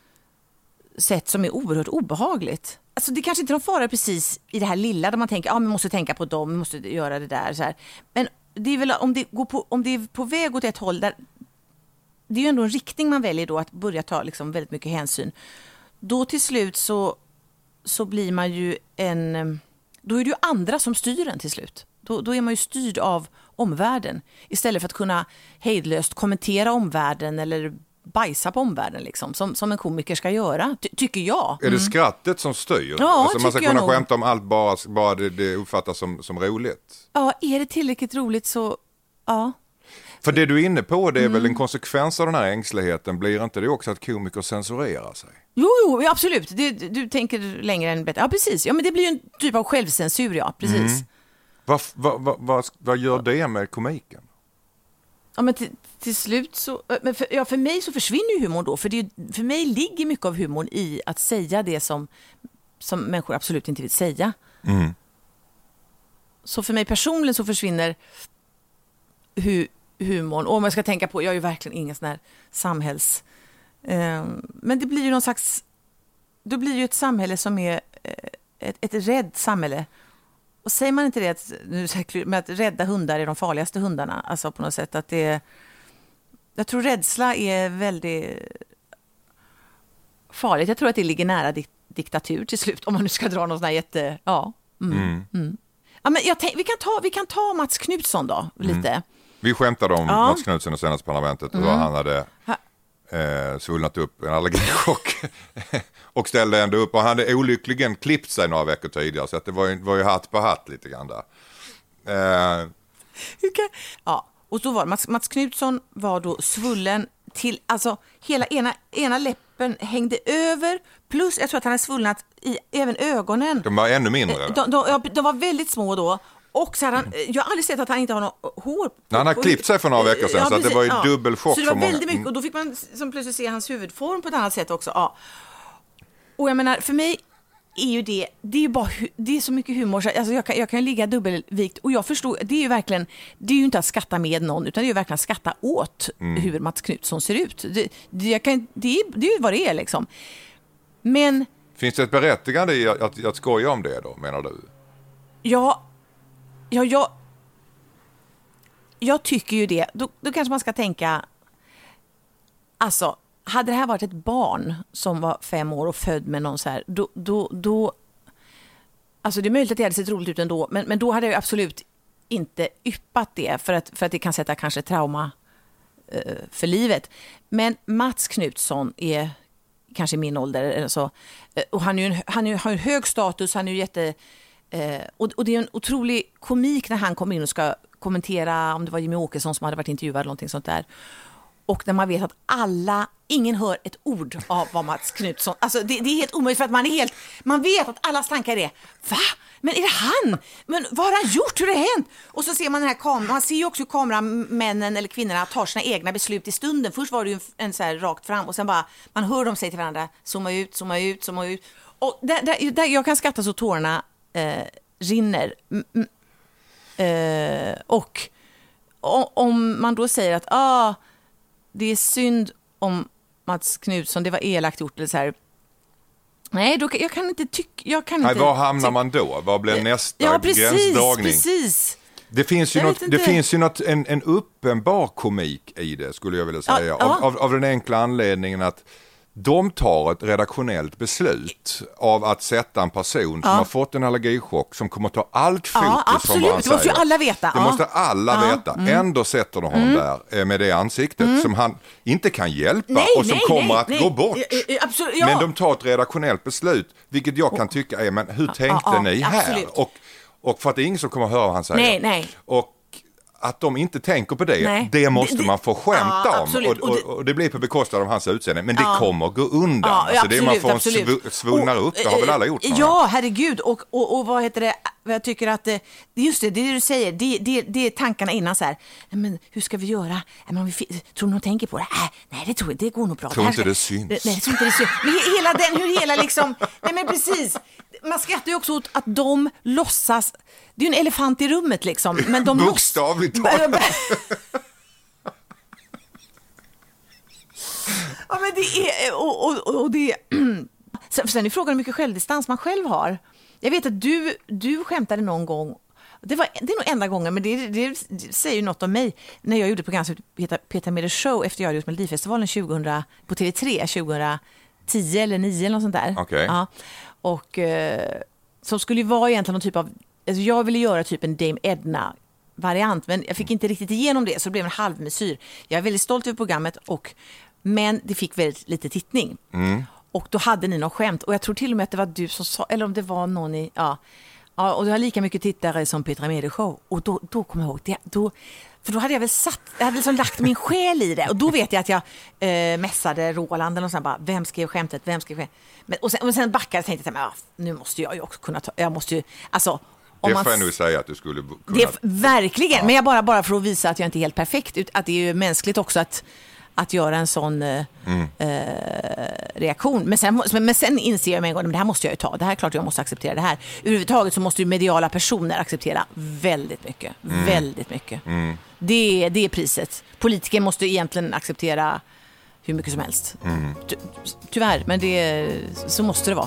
S2: sätt som är oerhört obehagligt. Alltså det kanske inte är någon fara precis i det här lilla där man tänker, ja, ah, man måste tänka på dem, man måste göra det där så här. Men det är väl om det går på, om det är på väg åt ett håll där, det är ju ändå en riktning man väljer då, att börja ta liksom väldigt mycket hänsyn. Då till slut så så blir man ju en, då är det ju andra som styr en till slut. Då, då är man ju styrd av omvärlden istället för att kunna hejdlöst kommentera omvärlden eller bajsa på omvärlden liksom, som, som en komiker ska göra, ty- tycker jag.
S1: Är det skrattet som styr?
S2: Ja,
S1: alltså, man ska kunna
S2: nog.
S1: skämta om allt bara, bara det, det uppfattas som, som roligt.
S2: Ja, är det tillräckligt roligt så, ja.
S1: För det du är inne på, det är mm. väl en konsekvens av den här ängsligheten, blir inte det också att komiker censurerar sig?
S2: Jo, jo, absolut. Det, du tänker längre än bättre. Ja, precis. Ja, men det blir ju en typ av självcensur, ja, precis. Mm.
S1: Vad, vad, vad, vad, vad gör det med komiken?
S2: Ja, men till, till slut så... Men för, ja, för mig så försvinner ju humorn då. För, det, för mig ligger mycket av humorn i att säga det som, som människor absolut inte vill säga.
S1: Mm. Så
S2: för mig personligen så försvinner hu, humorn. Och om jag ska tänka på... Jag är ju verkligen ingen sån här samhälls... Eh, men det blir ju någon slags... Då blir ju ett samhälle som är eh, ett, ett rädd samhälle. Och säger man inte det att, med att rädda hundar är de farligaste hundarna, alltså på något sätt att det, jag tror rädsla är väldigt farligt. Jag tror att det ligger nära dik- diktatur till slut, om man nu ska dra någon sån här jätte, ja. Mm, mm. Mm. Ja, men jag tänk, vi kan ta vi kan ta Mats Knutsson då lite. Mm.
S1: Vi skämtade om ja. Mats Knutsson i senaste parlamentet och mm. han hade eh, svullnat upp en allergichock. Och ställde ändå upp och han hade olyckligen klippt sig några veckor tidigare så att det var ju, var ju hatt på hatt lite grann där. Eh.
S2: Okay. Ja, och så var Mats, Mats Knutsson var då svullen till, alltså hela ena, ena läppen hängde över, plus jag tror att han hade svullnat i även ögonen.
S1: De var ännu mindre.
S2: De, de, de var väldigt små då. Och så hade han, jag har aldrig sett att han inte har något hår på.
S1: Nej, han har klippt sig för några veckor sedan, ja, så att det var ju ja. dubbel chock
S2: för många. Så det var väldigt
S1: många.
S2: mycket, och då fick man som plötsligt se hans huvudform på ett annat sätt också. Ja. Och jag menar, för mig är ju det, det är ju bara, det är så mycket humor, så alltså jag kan, jag kan ligga dubbelvikt, och jag förstår, det är ju verkligen, det är ju inte att skatta med någon, utan det är ju verkligen att skatta åt mm. hur Mats Knutsson ser ut. Det, det, jag kan, det, är, det är ju vad det är liksom. Men...
S1: Finns det ett berättigande i att, att, att skoja om det då, menar du?
S2: Ja, ja, jag, jag tycker ju det. Då, då kanske man ska tänka, alltså, hade det här varit ett barn som var fem år och född med någon så här, då, då, då alltså det är möjligt att det hade sett roligt ut ändå, men, men då hade jag absolut inte yppat det, för att, för att det kan sätta kanske trauma eh, för livet. Men Mats Knutsson är kanske min ålder eller så, eh, och han, är ju en, han är, har en hög status, han är ju jätte... Eh, och, och det är en otrolig komik när han kommer in och ska kommentera, om det var Jimmy Åkesson som hade varit intervjuad eller någonting sånt där. Och när man vet att alla, ingen hör ett ord av vad Mats Knutsson, alltså det, det är helt omöjligt, för att man är helt, man vet att allas tankar är, va? Men är det han? Men vad har han gjort? Hur har det hänt? Och så ser man den här kameran, man ser ju också hur kameramännen eller kvinnorna tar sina egna beslut i stunden. Först var det ju en, en så här rakt fram, och sen bara, man hör dem säga till varandra, zooma ut, zooma ut, zooma ut. Och där, där, där jag kan skratta så tårarna eh, rinner. Mm, eh, och om man då säger att, ah, det är synd om Mats Knutsson, det var elakt gjort eller så här. Nej, då, jag kan inte tycka... Jag kan
S1: Nej,
S2: inte
S1: var hamnar man då? Vad blir nästa
S2: ja, precis,
S1: gränsdragning?
S2: Precis.
S1: Det finns ju, något, det finns ju något, en, en uppenbar komik i det, skulle jag vilja säga. Ja, ja. Av, av, av den enkla anledningen att de tar ett redaktionellt beslut av att sätta en person ja. som har fått en allergichock, som kommer att ta allt fokus
S2: ja, absolut.
S1: från vad han
S2: det måste
S1: säger.
S2: ju alla veta.
S1: Det
S2: ja.
S1: måste alla
S2: ja.
S1: veta.
S2: Mm.
S1: Ändå sätter de honom mm. där med det ansiktet mm. som han inte kan hjälpa
S2: nej,
S1: och som
S2: nej,
S1: kommer
S2: nej,
S1: att
S2: nej.
S1: gå bort.
S2: Absolut, ja.
S1: Men de tar ett redaktionellt beslut, vilket jag kan tycka är, men hur tänkte
S2: ja, ja,
S1: ni här? Och, och för att det är ingen som kommer att höra vad han säger.
S2: Nej, nej.
S1: Och att de inte tänker på det,
S2: Nej.
S1: det måste
S2: det,
S1: man få skämta
S2: ja,
S1: om. Och, och, och det blir på bekostnad av hans utseende. Men det ja. kommer gå undan.
S2: Ja,
S1: alltså
S2: absolut,
S1: det man får
S2: absolut.
S1: sv- svullnar upp, det har väl alla gjort.
S2: Ja, herregud. Och, och, och vad heter det? Jag tycker att, just det, det du säger, det, det, det är tankarna innan så här, men hur ska vi göra? Men vi, tror ni de tänker på det? Äh, nej, det tror jag, det går nog bra.
S1: Tror inte
S2: det,
S1: det syns.
S2: Nej, jag tror inte det syns. Men hela den, hur hela liksom, nej men precis. Man skrattar ju också åt att de låtsas, det är ju en elefant i rummet liksom. Men de
S1: bokstavligt talat.
S2: Ja, men det är, och, och, och det sen är frågan hur mycket självdistans man själv har. Jag vet att du, du skämtade någon gång, det, var, det är nog enda gången, men det, det, det säger ju något om mig, när jag gjorde ett program som heter Peter Mede Show efter jag hade gjort Melodifestivalen tjugohundra på T V tre tjugohundratio eller nio eller något sånt där.
S1: Okay.
S2: Ja. Och eh, som skulle ju vara egentligen någon typ av, alltså jag ville göra typ en Dame Edna variant, men jag fick inte riktigt igenom det, så det blev en halvmesyr. Jag är väldigt stolt över programmet, och, men det fick väldigt lite tittning. Mm. Och då hade ni någon skämt, och jag tror till och med att det var du som sa, eller om det var någon i, ja, ja och du har lika mycket tittare som Petra Mede Show, och då, då kommer jag ihåg det, då, för då hade jag väl satt, jag hade liksom lagt min själ i det, och då vet jag att jag eh, mässade Roland eller sånt, bara, vem skrev skämtet, vem skrev skämtet? Men, och, sen, och sen backade jag och tänkte, men, ja, nu måste jag ju också kunna ta, jag måste ju, alltså, Om
S1: det
S2: man...
S1: får jag nog säga att du skulle kunna...
S2: Det är verkligen,
S1: ja.
S2: men jag bara, bara för att visa att jag inte är helt perfekt, att det är ju mänskligt också att, att göra en sån mm. eh, reaktion. Men sen, men sen inser jag mig en gång, men det här måste jag ju ta. Det här är klart jag måste acceptera det här. Överhuvudtaget så måste ju mediala personer acceptera väldigt mycket. Mm. Väldigt mycket. Mm. Det, det är priset. Politiker måste egentligen acceptera hur mycket som helst. Mm. Ty, tyvärr, men det, så måste det vara.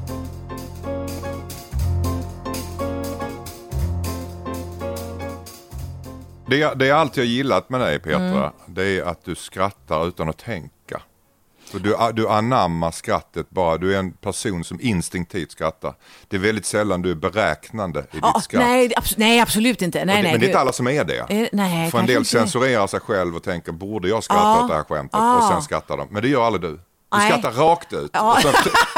S1: Det, det är allt jag gillat med dig, Petra.
S2: Mm.
S1: Det är att du skrattar utan att tänka. Så du, du anammar skrattet bara. Du är en person som instinktivt skrattar. Det är väldigt sällan du är beräknande i
S2: ja,
S1: ditt skratt.
S2: Nej, abs- nej absolut inte. Nej,
S1: det,
S2: nej,
S1: men det är inte
S2: du...
S1: alla som är det.
S2: Eh, nej,
S1: För en del
S2: inte.
S1: censurerar sig själv och tänker, borde jag skratta
S2: ja.
S1: åt det här skämtet?
S2: Ja.
S1: Och sen skrattar de. Men det gör aldrig du. Du
S2: nej.
S1: skrattar rakt ut.
S2: Ja.
S1: Och sen...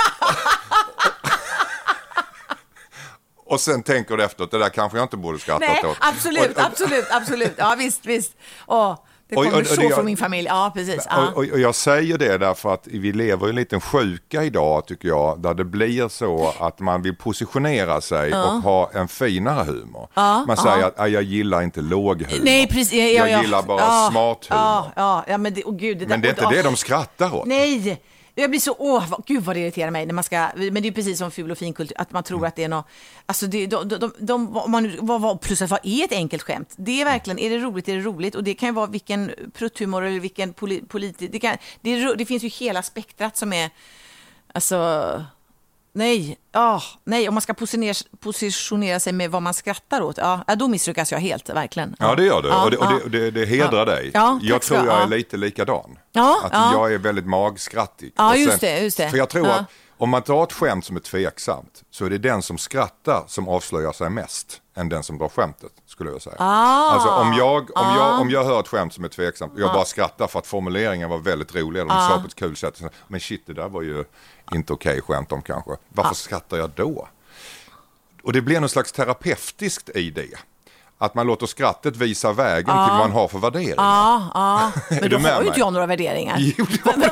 S1: Och sen tänker du efter att det där kanske jag inte borde skratta
S2: Nej,
S1: åt.
S2: absolut,
S1: och, och,
S2: absolut, absolut. Ja, visst, visst. Åh, det kommer
S1: och, och, och,
S2: så
S1: det,
S2: från min familj. Ja, precis. Ja.
S1: Och, och, och jag säger det därför att vi lever i en liten sjuka idag, tycker jag, där det blir så att man vill positionera sig ja. och ha en finare humor. Ja, man säger ja. att jag gillar inte låg humor.
S2: Nej, precis. Ja, ja,
S1: jag gillar bara ja, smart humor.
S2: Ja, ja, ja, men det, oh, gud, det
S1: men det är inte det de skrattar åt.
S2: Nej. Jag blir så, åh, vad, gud vad det irriterar mig när man ska, men det är ju precis som ful och fin kultur, att man tror mm. att det är något, alltså det, de, de, de, de, om man, vad, vad, plus att vad är ett enkelt skämt? Det är verkligen, är det roligt, är det roligt? Och det kan ju vara vilken prutthumor eller vilken politik, politi, det, kan, det, det finns ju hela spektrat som är, alltså, nej, oh, nej, om man ska positionera, positionera sig med vad man skrattar åt, ja, då misslyckas jag helt, verkligen.
S1: Ja, det gör du,
S2: ja,
S1: och, det, och
S2: ja.
S1: det, det, det hedrar
S2: ja.
S1: dig.
S2: Ja,
S1: jag tror jag
S2: ja.
S1: är lite likadan.
S2: Ja,
S1: att
S2: ja.
S1: jag är väldigt magskrattig.
S2: Ja,
S1: och sen,
S2: just det, just det.
S1: För jag tror
S2: ja.
S1: att om man tar ett skämt som är tveksamt så är det den som skrattar som avslöjar sig mest än den som drar skämtet, skulle jag säga.
S2: Ah,
S1: alltså om jag, om,
S2: ah.
S1: jag, om jag hör ett skämt som är tveksamt och jag ah. bara skrattar för att formuleringen var väldigt rolig, de ah. sa på ett kul sätt, men shit, det där var ju inte okej skämt om kanske. Varför ah. skrattar jag då? Och det blir någon slags terapeutiskt i det. Att man låter skrattet visa vägen ah. till vad man har för värderingar.
S2: Ja, ah, ah. Men då har ju inte jag några värderingar.
S1: Jo,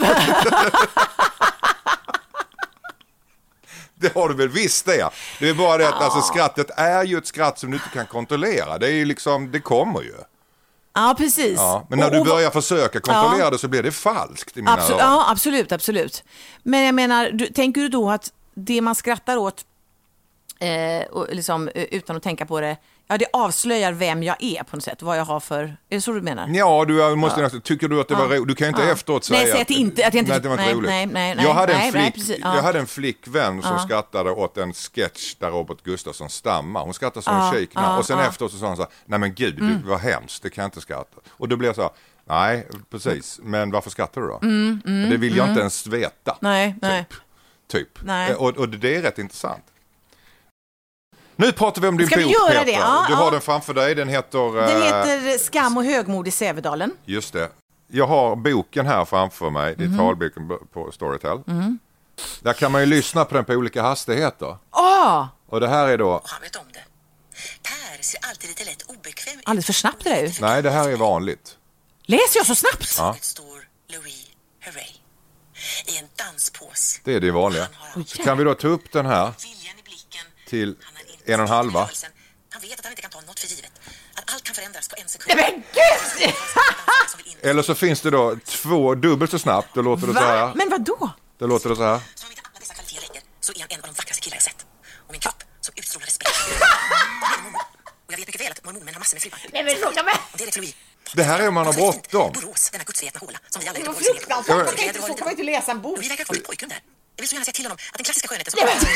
S1: det har du väl visst det. Det är bara det att ah. alltså, skrattet är ju ett skratt som du inte kan kontrollera. Det är ju liksom, det kommer ju.
S2: Ja, precis.
S1: Ja, men när
S2: och,
S1: du
S2: och,
S1: börjar försöka kontrollera
S2: ja.
S1: det så blir det falskt i mina
S2: Absolut, ja, absolut, absolut. Men jag menar, du, tänker du då att det man skrattar åt eh, och liksom, utan att tänka på det, ja, det avslöjar vem jag är på något sätt, vad jag har för, är det så du menar?
S1: Ja, du måste, ja. tycker du att det var
S2: ja.
S1: roligt? Du kan inte
S2: ja.
S1: efteråt säga
S2: nej, att, att, inte, att, jag inte,
S1: nej, det var inte
S2: nej,
S1: roligt.
S2: Nej, nej, nej,
S1: jag, hade
S2: nej,
S1: en flick,
S2: nej, precis, ja.
S1: jag hade en flickvän som
S2: ja.
S1: skrattade åt en sketch där Robert Gustafsson stammar. Hon skrattade som
S2: ja.
S1: en kikna
S2: ja.
S1: och sen
S2: ja.
S1: efteråt så sa hon så här, nej men gud,
S2: mm.
S1: det var hemskt, det kan jag inte skratta. Och då blev jag så här, nej, precis, men varför skrattar du då?
S2: Mm, mm,
S1: det vill jag
S2: mm.
S1: inte ens veta.
S2: Nej,
S1: typ.
S2: nej.
S1: Typ.
S2: Nej.
S1: Och, och det är rätt intressant. Nu pratar vi om din
S2: Ska
S1: bok,
S2: vi göra
S1: Petra.
S2: det? Ja,
S1: du
S2: ja.
S1: har den framför dig, den heter...
S2: Den heter Skam och högmod i Sävedalen.
S1: Just det. Jag har boken här framför mig, det är mm. talboken på Storytel. Mm. Där kan man ju lyssna på den på olika hastigheter.
S2: Oh.
S1: Och det här är då...
S8: Och han vet om det. Per ser alltid lite lätt obekväm ut.
S2: Alldeles för snabbt det är ju.
S1: Nej, det här är vanligt.
S2: Läser jag så snabbt?
S1: Ja.
S8: Det står Louis Herrey i en danspås.
S1: Det är det vanliga. Så kan vi då ta upp den här till en och en halva.
S8: Han vet att han inte kan ta något för givet. Att allt kan förändras på en sekund.
S2: Nej, men gud!
S1: Eller så finns det då två dubbelt så snabbt. Då låter det så här.
S2: Men vad då?
S1: Då låter det så här.
S8: Som om inte alla dessa kvaliteter räcker så är han en av de vackraste killar jag sett. Och min kropp som utstrålar respekt. Och jag vet mycket väl att mormonen har massor med fruar.
S2: Nej, men fråga mig.
S8: Och det är rätt Louis.
S1: Det här är om man har bråttom.
S8: Borås, denna gudsvetna håla som vi alla
S2: Det
S8: inte
S2: var
S8: får se
S2: fruktansvärt. Man kan inte, så kan man inte läsa en bok.
S8: Louis verkar kvar med pojkrum där. Jag vill så gärna säga till honom att den klassiska skönheten som...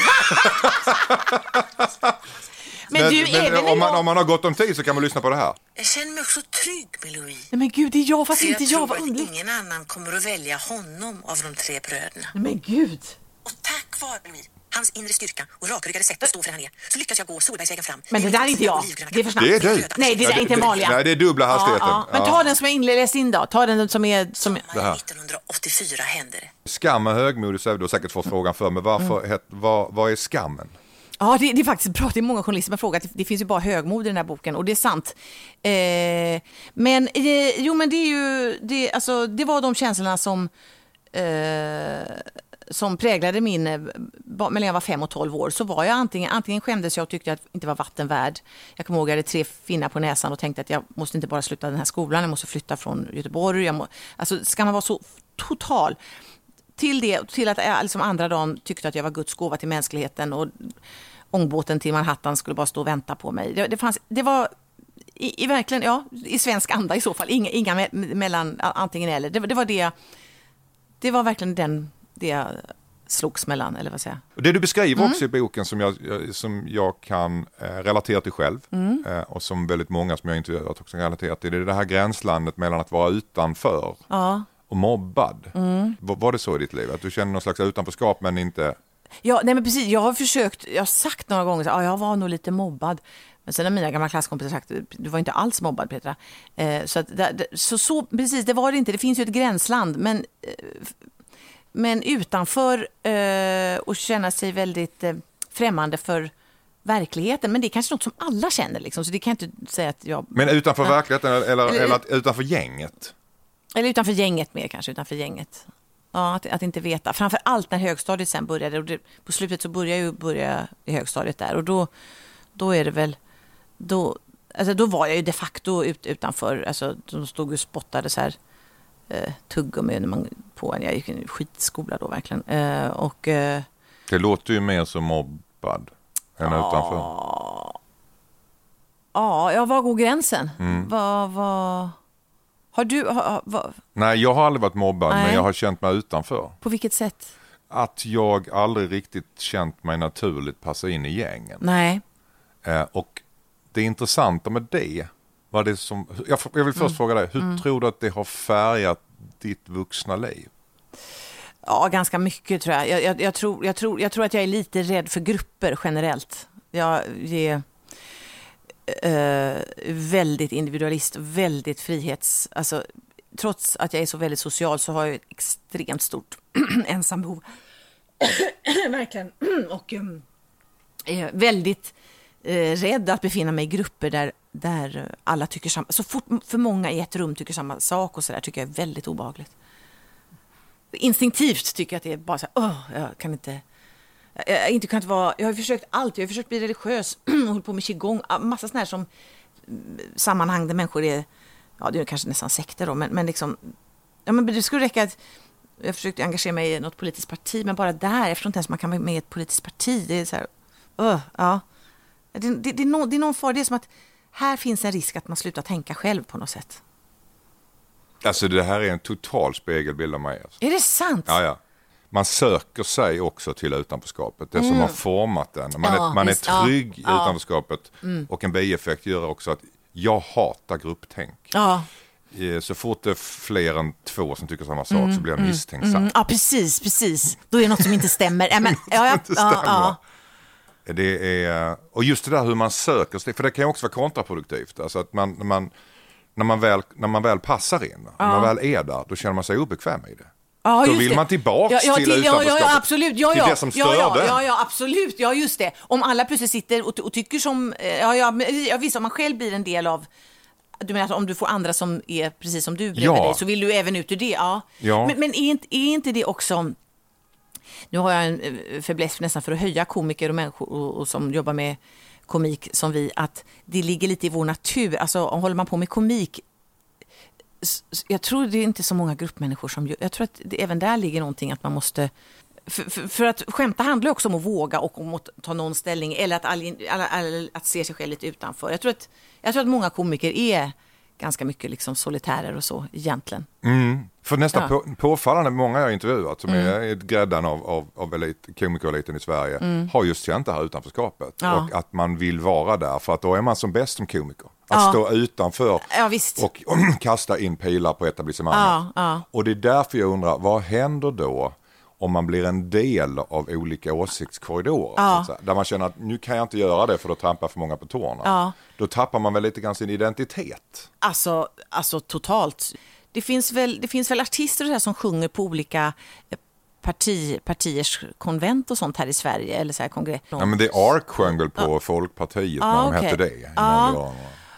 S2: Men, men du är
S1: men,
S2: väl
S1: om, man, om man har gott om tid så kan man lyssna på det här.
S8: Jag känner mig också trygg med Louis.
S2: Nej men gud, det är jag, fast
S8: för
S2: inte jag, vad
S8: jag
S2: underligt.
S8: tror att ingen annan kommer att välja honom av de tre bröderna.
S2: Nej men gud.
S8: Och tack vare Louis, hans inre styrka och rakryggade sätt att stå för han är, så lyckas jag gå Solbergsvägen fram.
S2: Men det där är inte jag. Det är för snabbt.
S1: Det är du.
S2: Nej, det är inte vanliga.
S1: Nej, det är dubbla hastigheten.
S2: Ja, ja. Men ta den som jag inläst in då. Ta den som är... Som...
S8: Det här. nittonhundraåttiofyra hände det.
S1: Skam och högmod, du har säkert fått frågan för, men varför, mm. het, vad, vad är skammen?
S2: Ja, det, det är faktiskt bra. Det är många journalister som har frågat. Det, det finns ju bara högmod i den här boken och det är sant. Eh, men eh, jo, men det är ju det, alltså, det var de känslorna som eh, som präglade min, eh, ba- mellan jag var fem och tolv år, så var jag antingen, antingen skämdes jag och tyckte att jag inte var vatten värd. Jag kommer ihåg att jag hade tre finnar på näsan och tänkte att jag måste inte bara sluta den här skolan, jag måste flytta från Göteborg. Jag må, alltså ska man vara så total till det, till att jag liksom andra dagen tyckte att jag var Guds gåva till mänskligheten och ångbåten till Manhattan skulle bara stå och vänta på mig. Det, det, fanns, det var i, i verkligen, ja, i svensk anda i så fall, inga, inga me, mellan antingen eller. Det, det var det, det var verkligen den, det jag slogs mellan, eller vad säger jag.
S1: Det du beskriver
S2: Mm.
S1: också i boken som jag, som jag kan eh, relatera till själv
S2: Mm.
S1: eh, och som väldigt många som jag intervjuat också kan relatera till, det är det här gränslandet mellan att vara utanför
S2: Ja.
S1: och mobbad.
S2: Mm.
S1: Var, var det så i ditt liv? Att du känner någon slags utanförskap men inte...
S2: Ja, nej men precis. Jag har försökt, jag har sagt några gånger att ja, jag var nog lite mobbad. Men sen har mina gamla klasskompisar sagt, du var inte alls mobbad, Petra. Eh, så, att, det, så, så precis, det var det inte. Det finns ju ett gränsland, men, eh, men utanför eh, och känna sig väldigt eh, främmande för verkligheten. Men det är kanske något som alla känner, liksom, så det kan jag inte säga att jag...
S1: Men utanför
S2: ja.
S1: verkligheten eller, eller,
S2: Eller-
S1: eller att, utanför gänget?
S2: Eller utanför gänget mer kanske, utanför gänget. Ja, att, att inte veta. Framför allt när högstadiet sen började. Och det, på slutet så började jag ju börja i högstadiet där. Och då, då är det väl... Då, alltså då var jag ju de facto ut, utanför. Alltså, de stod och spottade så här eh, tuggummi när man på en. Jag gick i en skitskola då verkligen. Eh, och... Eh,
S1: Det låter ju mer som mobbad än
S2: ja,
S1: utanför.
S2: Ja, ja, var går gränsen?
S1: Mm.
S2: Vad... vad har du... Har, vad,
S1: Nej, jag har aldrig varit mobbad,
S2: Nej.
S1: men jag har känt mig utanför.
S2: på vilket sätt?
S1: Att jag aldrig riktigt känt mig naturligt passa in i gängen.
S2: Nej.
S1: Eh, och det intressanta med det var det som... Jag, jag vill först
S2: Mm.
S1: fråga dig, hur
S2: Mm.
S1: tror du att det har färgat ditt vuxna liv?
S2: Ja, ganska mycket tror jag. Jag, jag, jag, tror, jag, tror, jag tror att jag är lite rädd för grupper generellt. Jag är eh, väldigt individualist, väldigt frihets... Alltså, trots att jag är så väldigt social så har jag ett extremt stort ensambehov. Verkligen. Och um, är väldigt eh, rädd att befinna mig i grupper där, där alla tycker samma... Så fort för många i ett rum tycker samma sak och så där tycker jag är väldigt obehagligt. Instinktivt tycker jag att det är bara så här, åh, jag kan inte... Jag, jag, inte kunnat vara, jag har försökt allt, jag har försökt bli religiös och hållit på med qigong, massa sådana här som sammanhang där människor är, ja det är kanske nästan sekter då, men, men liksom, ja men det skulle räcka att jag försökte engagera mig i något politiskt parti, men bara där, jag förstår inte ens man kan vara med i ett politiskt parti, det är så här, åh, ja. Det, det, det, är no, det är någon far, det är som att här finns en risk att man slutar tänka själv på något sätt.
S1: Alltså det här är en total spegelbild av mig. Alltså.
S2: Är det sant?
S1: Ja, ja. Man söker sig också till utanförskapet. Det
S2: Mm.
S1: som har format den. Man,
S2: Ja,
S1: är, man
S2: visst,
S1: är trygg
S2: ja,
S1: i
S2: ja.
S1: utanförskapet.
S2: Mm.
S1: Och en bieffekt gör också att jag hatar grupptänk.
S2: Ja.
S1: Eh, Så fort det är fler än två som tycker samma sak
S2: Mm,
S1: så blir jag
S2: mm,
S1: misstänksam.
S2: mm. Ja, precis, precis. Då är det något som inte stämmer. Ja, men, ja, ja,
S1: Inte
S2: ja,
S1: stämmer.
S2: ja.
S1: Det är, och just det där hur man söker sig, för det kan ju också vara kontraproduktivt. Alltså att man, när, man, när, man väl, när man väl passar in, när
S2: Ja.
S1: man väl är där, då känner man sig obekväm i det.
S2: Ja,
S1: Då
S2: just
S1: vill
S2: det.
S1: man tillbaks
S2: ja, ja,
S1: till
S2: ja,
S1: utanförskapet.
S2: ja, absolut. Ja,
S1: Till
S2: ja.
S1: det som
S2: ja, ja,
S1: störde.
S2: ja, ja, absolut. Ja, just det. Om alla plötsligt sitter och, och tycker som... Ja, ja, men, ja, visst, om man själv blir en del av... Du menar att om du får andra som är precis som du bredvid
S1: Ja.
S2: dig så vill du även ut ur det. Ja.
S1: Ja.
S2: Men, men är, inte, är inte det också... Nu har jag en eh, fäbless nästan för att höja komiker och människor och, och som jobbar med komik som vi, att det ligger lite i vår natur. Alltså, håller man på med komik, s- s- jag tror det är inte så många gruppmänniskor som gör, jag tror att det, även där ligger någonting att man måste, för, för, för att skämta handlar också om att våga och om att ta någon ställning eller att, all, all, all, att se sig själv lite utanför. Jag tror att, jag tror att många komiker är ganska mycket liksom solitärer och så egentligen.
S1: Mm. För nästan
S2: Ja.
S1: på, påfallande många jag har intervjuat som
S2: Mm.
S1: är i gräddan av, av, av elit, komikereliten i Sverige
S2: Mm.
S1: har just känt det här utanförskapet.
S2: Ja.
S1: Och att man vill vara där för att då är man som bäst som komiker. Att
S2: Ja.
S1: stå utanför
S2: Ja, visst.
S1: och, och kasta in pilar på etablissemanget.
S2: Ja, ja.
S1: Och det är därför jag undrar, vad händer då om man blir en del av olika åsiktskorridorer?
S2: Ja.
S1: Så att säga, där man känner att nu kan jag inte göra det för då trampar för många på tårna.
S2: Ja.
S1: Då tappar man väl lite grann sin identitet.
S2: Alltså, alltså totalt. Det finns väl, det finns väl artister och så här som sjunger på olika eh, parti, partiers konvent och sånt här i Sverige. Eller så här kongress.
S1: Ja, men det är Ark sjöng väl på Folkpartiet
S2: Ja,
S1: när de
S2: okej.
S1: hette det.
S2: Ja.
S1: Innan det var...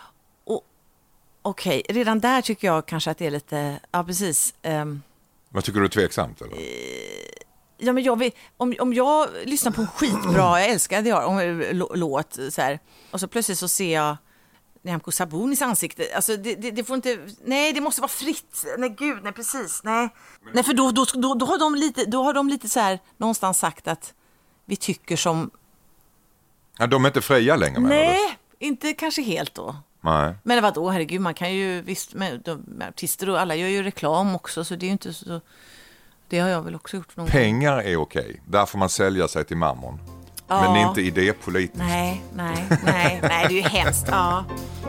S2: Okej, redan där tycker jag kanske att det är lite, ja precis. Um,
S1: Vad tycker du är tveksamt? Eller?
S2: Ja, men jag vill, om, om jag lyssnar på en skitbra, jag älskar det jag, om, låt så här, och så plötsligt så ser jag Nyamko Sabunis ansikte. Alltså det, det, det får inte, nej, det måste vara fritt. Nej gud, nej precis. Nej. Nej, för då, då, då, då har de lite då har de lite så här någonstans sagt att vi tycker som.
S1: Ja, de är inte fria längre, menar
S2: nej, du? Inte kanske helt då.
S1: Nej.
S2: Men vad då, herregud, man kan ju visst med de artister och alla gör ju reklam också, så det är ju inte så. Det har jag väl också gjort någon
S1: Pengar gång. Är okej. Där får man sälja sig till mammon. Ja. Men inte idépolitiskt.
S2: Nej, nej, nej, nej, det är ju hemskt. Ja.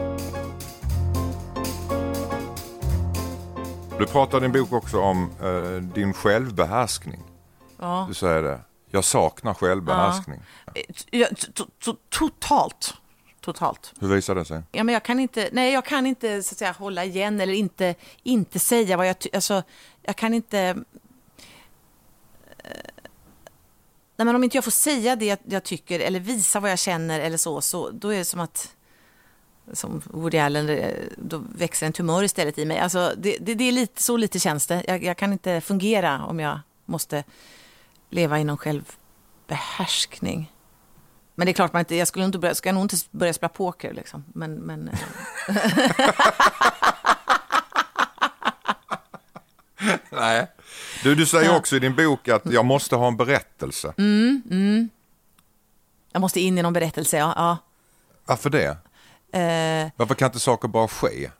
S1: Du pratar i din bok också om uh, din självbehärskning.
S2: Ja.
S1: Du säger det. Jag saknar självbehärskning.
S2: Ja, to- to- totalt. Totalt.
S1: Hur visar det sig?
S2: Ja, men jag kan inte, nej, jag kan inte så att säga hålla igen eller inte, inte säga vad jag ty- alltså, jag kan inte eh, nej, men om inte jag får säga det jag, jag tycker eller visa vad jag känner eller så, så då är det som att som Woody Allen, då växer en tumör istället i mig. Alltså, det, det, det är lite, så lite känns det. Jag, jag kan inte fungera om jag måste leva inom självbehärskning. Men det är klart man inte, jag skulle inte börja, ska nog inte börja spela poker liksom. Men, men
S1: nej. Du, du säger också i din bok att jag måste ha en berättelse.
S2: Mm, mm. Jag måste in i någon berättelse, ja. ja.
S1: Varför det?
S2: Uh,
S1: Varför kan inte saker bara ske?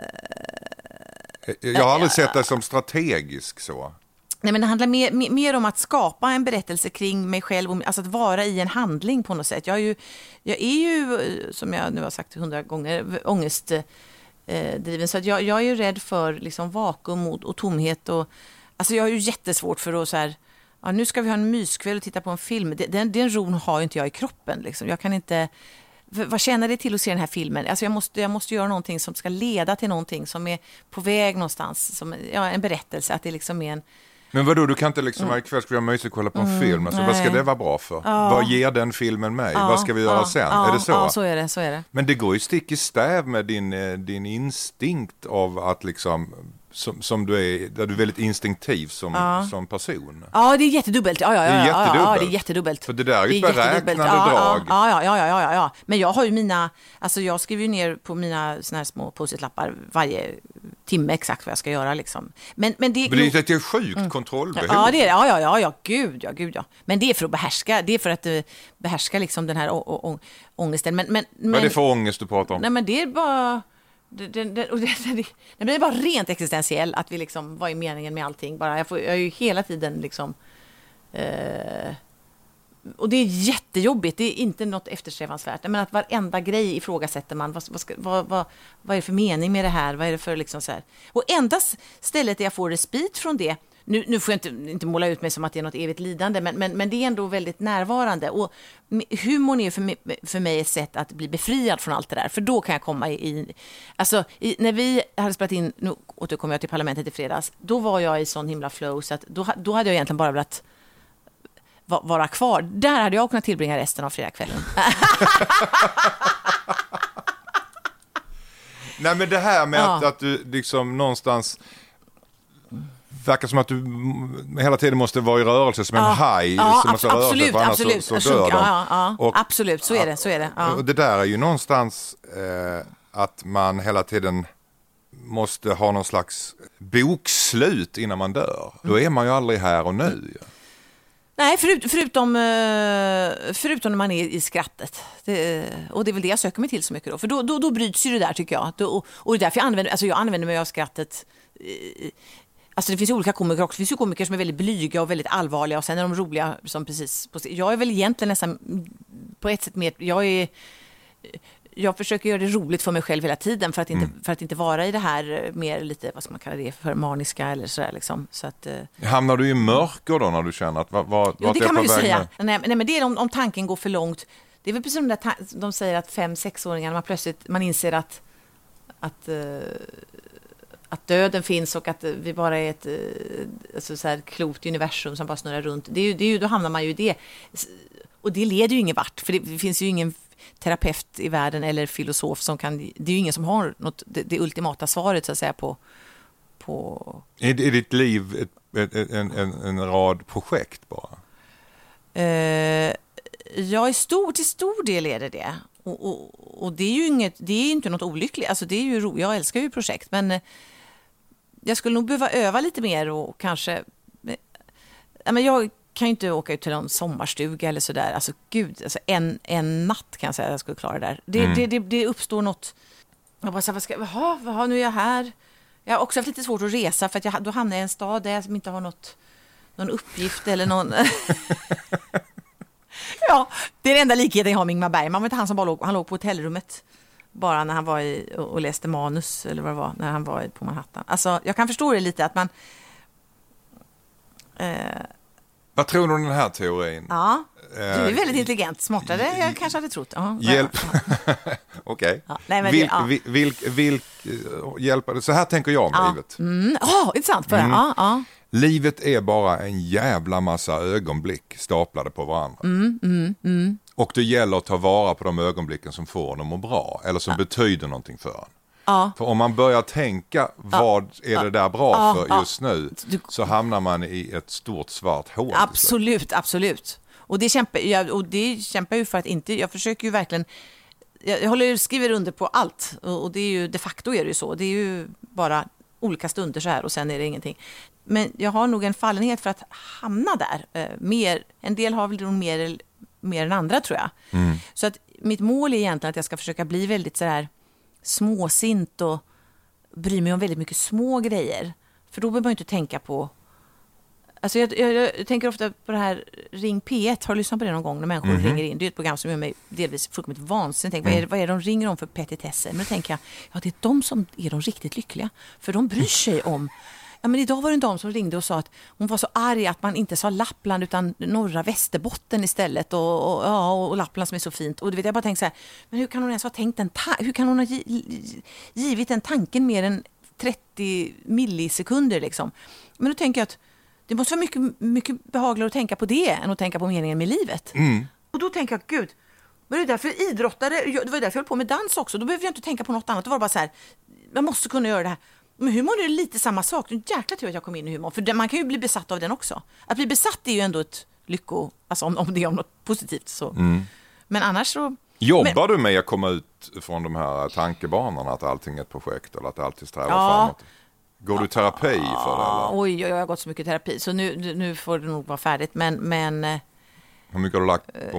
S1: Uh, jag har aldrig uh, sett det som strategisk så.
S2: Nej, men det handlar mer, mer, mer om att skapa en berättelse kring mig själv, alltså att vara i en handling på något sätt. Jag är ju, jag är ju som jag nu har sagt hundra gånger, ångestdriven. Så att jag, jag är ju rädd för liksom vakuum och, och tomhet. Och, alltså jag har ju jättesvårt för att så här, ja, nu ska vi ha en myskväll och titta på en film. Den, den ron har ju inte jag i kroppen. Liksom. Jag kan inte... Vad känner det till att se den här filmen? Alltså jag måste, jag måste göra någonting som ska leda till någonting som är på väg någonstans. Som, ja, en berättelse, att det liksom är en...
S1: Men vadå, du kan inte liksom mm. ikväll ska vi ha mysigt kolla på en mm, film. Alltså, vad ska det vara bra för? Ja. Vad ger den filmen mig? Ja, vad ska vi göra ja, sen? Ja, är det så?
S2: Ja, så är det, så är det.
S1: Men det går ju stick i stäv med din, din instinkt av att liksom... Som, som du är, där du är väldigt instinktiv som, ja. som person.
S2: Ja, det är jättedubbelt. Ja, ja, ja,
S1: det är jättedubbelt.
S2: Ja, ja, det är jättedubbelt.
S1: För det där är ju ett beräknande
S2: ja,
S1: drag.
S2: Ja, ja, ja, ja, ja, ja. Men jag har ju mina, alltså jag skriver ju ner på mina såna här små post-it-lappar varje timme exakt vad jag ska göra liksom. Men, men det,
S1: men det är ett sjukt mm. kontrollbehov.
S2: Ja, det är, ja, ja, ja, ja, gud, ja, gud, ja. Men det är för att behärska, det är för att uh, behärska liksom den här å- å- å- ångesten. Men, men, men,
S1: vad är det för ångest du pratar om?
S2: Nej, men det är bara... Det, det, det, det, det blir bara rent existentiell att vi liksom, vad är meningen med allting bara, jag, får, jag är ju hela tiden liksom eh, och det är jättejobbigt, det är inte något eftersträvansvärt, men att varenda grej ifrågasätter man, vad, vad, ska, vad, vad, vad är det för mening med det här, vad är det för liksom så här, och enda stället där jag får respit från det, nu, nu får jag inte, inte måla ut mig som att det är något evigt lidande, men, men, men det är ändå väldigt närvarande. Och humorn är för mig, för mig ett sätt att bli befriad från allt det där. För då kan jag komma i... i alltså, i, när vi hade spelat in, nu återkommer jag till Parlamentet i fredags, då var jag i sån himla flow, så att då, då hade jag egentligen bara velat vara kvar. Där hade jag kunnat tillbringa resten av fredagskvällen.
S1: Nej, men det här med
S2: ja.
S1: att, att du liksom någonstans... verkar som att du hela tiden måste vara i rörelse som en
S2: ja,
S1: haj
S2: ja,
S1: som måste röra sig, för annars
S2: absolut,
S1: så, så dör de.
S2: Ja, ja, och, absolut, så är det. Så är det ja.
S1: Och det där är ju någonstans eh, att man hela tiden måste ha någon slags bokslut innan man dör. Mm. Då är man ju aldrig här och nu. Mm.
S2: Nej, förut, förutom, förutom när man är i skrattet. Det, och det är väl det jag söker mig till så mycket då. För då, då, då bryts ju det där, tycker jag. Då, och det är därför jag använder, alltså jag använder mig av skrattet. Alltså det finns ju olika komiker också. Det finns ju komiker som är väldigt blyga och väldigt allvarliga. Och sen är de roliga som precis... På, jag är väl egentligen nästan på ett sätt mer... Jag är... Jag försöker göra det roligt för mig själv hela tiden för att inte, mm. för att inte vara i det här mer lite, vad ska man kalla det, för maniska eller sådär liksom. Så att, eh...
S1: hamnar du i mörker då när du känner att vad, vad,
S2: jo, det kan man ju säga. Nej, nej, men det är om, om tanken går för långt. Det är väl precis som de, ta- de säger att fem, sexåringar, man plötsligt man inser att att, uh, att döden finns och att vi bara är ett uh, alltså så här klokt universum som bara snurrar runt. Det är ju, det är ju, då hamnar man ju i det. Och det leder ju ingen vart, för det, det finns ju ingen terapeut i världen eller filosof som kan, det är ju ingen som har något, det, det ultimata svaret så att säga på, på...
S1: Är, är ditt liv ett en, en, en rad projekt bara?
S2: Eh, ja, i stor, till stor del är det det. Och, och, och det är ju inget, det är inte något olyckligt. Alltså det är ju ro, jag älskar ju projekt, men eh, jag skulle nog behöva öva lite mer och kanske... Eh, men jag kan ju inte åka ut till någon sommarstuga eller sådär. Alltså gud, alltså en, en natt kan jag säga att jag skulle klara det där. Det, mm. det, det, det uppstår något... Jag bara så här, vad ska, jaha, jaha, nu är jag här. Jag har också haft lite svårt att resa för att jag, då hamnar jag i en stad där jag inte har något, någon uppgift eller någon... Ja, det är den enda likheten jag har med Ingmar Bergman. Man vet inte han som bara låg, han låg på hotellrummet bara när han var i och, och läste manus eller vad det var, när han var på Manhattan. Alltså, jag kan förstå det lite att man... Eh,
S1: vad tror du om den här teorin?
S2: Ja, du är väldigt intelligent, smartare än jag kanske hade trott. Uh-huh.
S1: Hjälp. Okej.
S2: Okay. Ja,
S1: vilk, ja. vilk, vilk, vilk, hjälpa, så här tänker jag om
S2: ja.
S1: livet.
S2: Mm. Oh, intressant. För mm. ja, ja.
S1: Livet är bara en jävla massa ögonblick staplade på varandra.
S2: Mm, mm, mm.
S1: Och det gäller att ta vara på de ögonblicken som får en att må bra. Eller som ja. betyder någonting för en.
S2: Ja.
S1: För om man börjar tänka vad ja. är det där bra
S2: ja.
S1: för just nu,
S2: du...
S1: så hamnar man i ett stort svart hål.
S2: Absolut, absolut. Och det kämpar jag, och det kämpar ju för att inte, jag försöker ju verkligen, jag, jag håller, skriver under på allt. Och, och det är ju, de facto är det ju så. Det är ju bara olika stunder så här och sen är det ingenting. Men jag har nog en fallenhet för att hamna där. Eh, mer, en del har väl nog mer, mer än andra tror jag.
S1: Mm.
S2: Så att mitt mål är egentligen att jag ska försöka bli väldigt så här småsint och bry mig om väldigt mycket små grejer. För då behöver man ju inte tänka på... Alltså jag, jag, jag tänker ofta på det här Ring P ett. Har du lyssnat på det någon gång när människor mm-hmm. ringer in? Det är ett program som gör mig delvis fullkomligt vansinnigt. Mm. Vad, är det, vad är det de ringer om för petitesser? Men då tänker jag, ja det är de som är de riktigt lyckliga. För de bryr sig om... Ja, men idag var det en dam som ringde och sa att hon var så arg att man inte sa Lappland utan norra Västerbotten istället och, och, ja, och Lappland som är så fint. Och du vet, jag bara tänkte så här, men hur kan hon ens ha tänkt en ta- hur kan hon ha givit den tanken mer än trettio millisekunder liksom? Men då tänker jag att det måste vara mycket, mycket behagligare att tänka på det än att tänka på meningen med livet.
S1: Mm.
S2: Och då tänker jag, gud, men det är därför idrottare, det var därför jag höll på med dans också. Då behöver jag inte tänka på något annat. Det var bara så här, jag måste kunna göra det här. Men humor är lite samma sak. Det är jäkla tur att jag kom in i humor. För man kan ju bli besatt av den också. Att bli besatt är ju ändå ett lycko. Alltså om, om det är om något positivt så.
S1: Mm.
S2: Men annars så...
S1: Jobbar
S2: men,
S1: du med att komma ut från de här tankebanorna att allting är ett projekt eller att det alltid strävar
S2: ja.
S1: framåt? Går du terapi för det? Eller?
S2: Oj, jag har gått så mycket terapi. Så nu, nu får det nog vara färdigt. Men... men
S1: hur mycket har du lagt på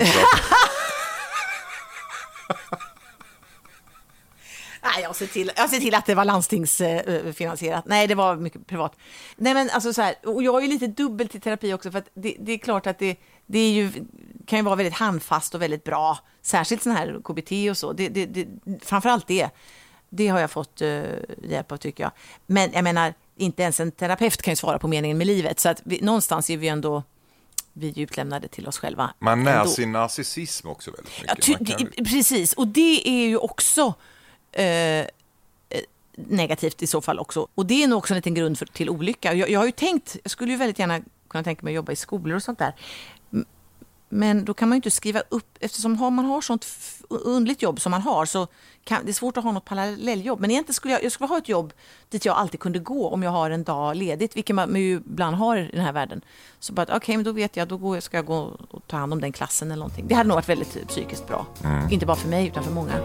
S2: Nej, jag ser till, jag ser till att det var landstingsfinansierat. Nej, det var mycket privat. Nej, men alltså så här, och jag är ju lite dubbelt i terapi också för att det, det är klart att det, det är ju, kan ju vara väldigt handfast och väldigt bra. Särskilt sån här K B T och så. Det, det, det, framförallt det. Det har jag fått uh, hjälp av tycker jag. Men jag menar, inte ens en terapeut kan ju svara på meningen med livet. Så att vi, någonstans är vi ändå vi är utlämnade till oss själva.
S1: Man när ändå. Sin narcissism också väldigt mycket.
S2: Ja, ty, kan... det, precis, och det är ju också... Eh, negativt i så fall också. Och det är nog också en liten grund för, till olycka. Jag, jag har ju tänkt, jag skulle ju väldigt gärna kunna tänka mig att jobba i skolor och sånt där. Men då kan man ju inte skriva upp, eftersom man har sånt underligt jobb som man har så kan, det är svårt att ha något parallelljobb. Men egentligen skulle jag, jag skulle ha ett jobb dit jag alltid kunde gå om jag har en dag ledigt, vilket man ju ibland har i den här världen. Så bara, okej, okay, men då vet jag, då går, ska jag gå och ta hand om den klassen eller någonting. Det hade nog varit väldigt psykiskt bra. Mm. Inte bara för mig utan för många.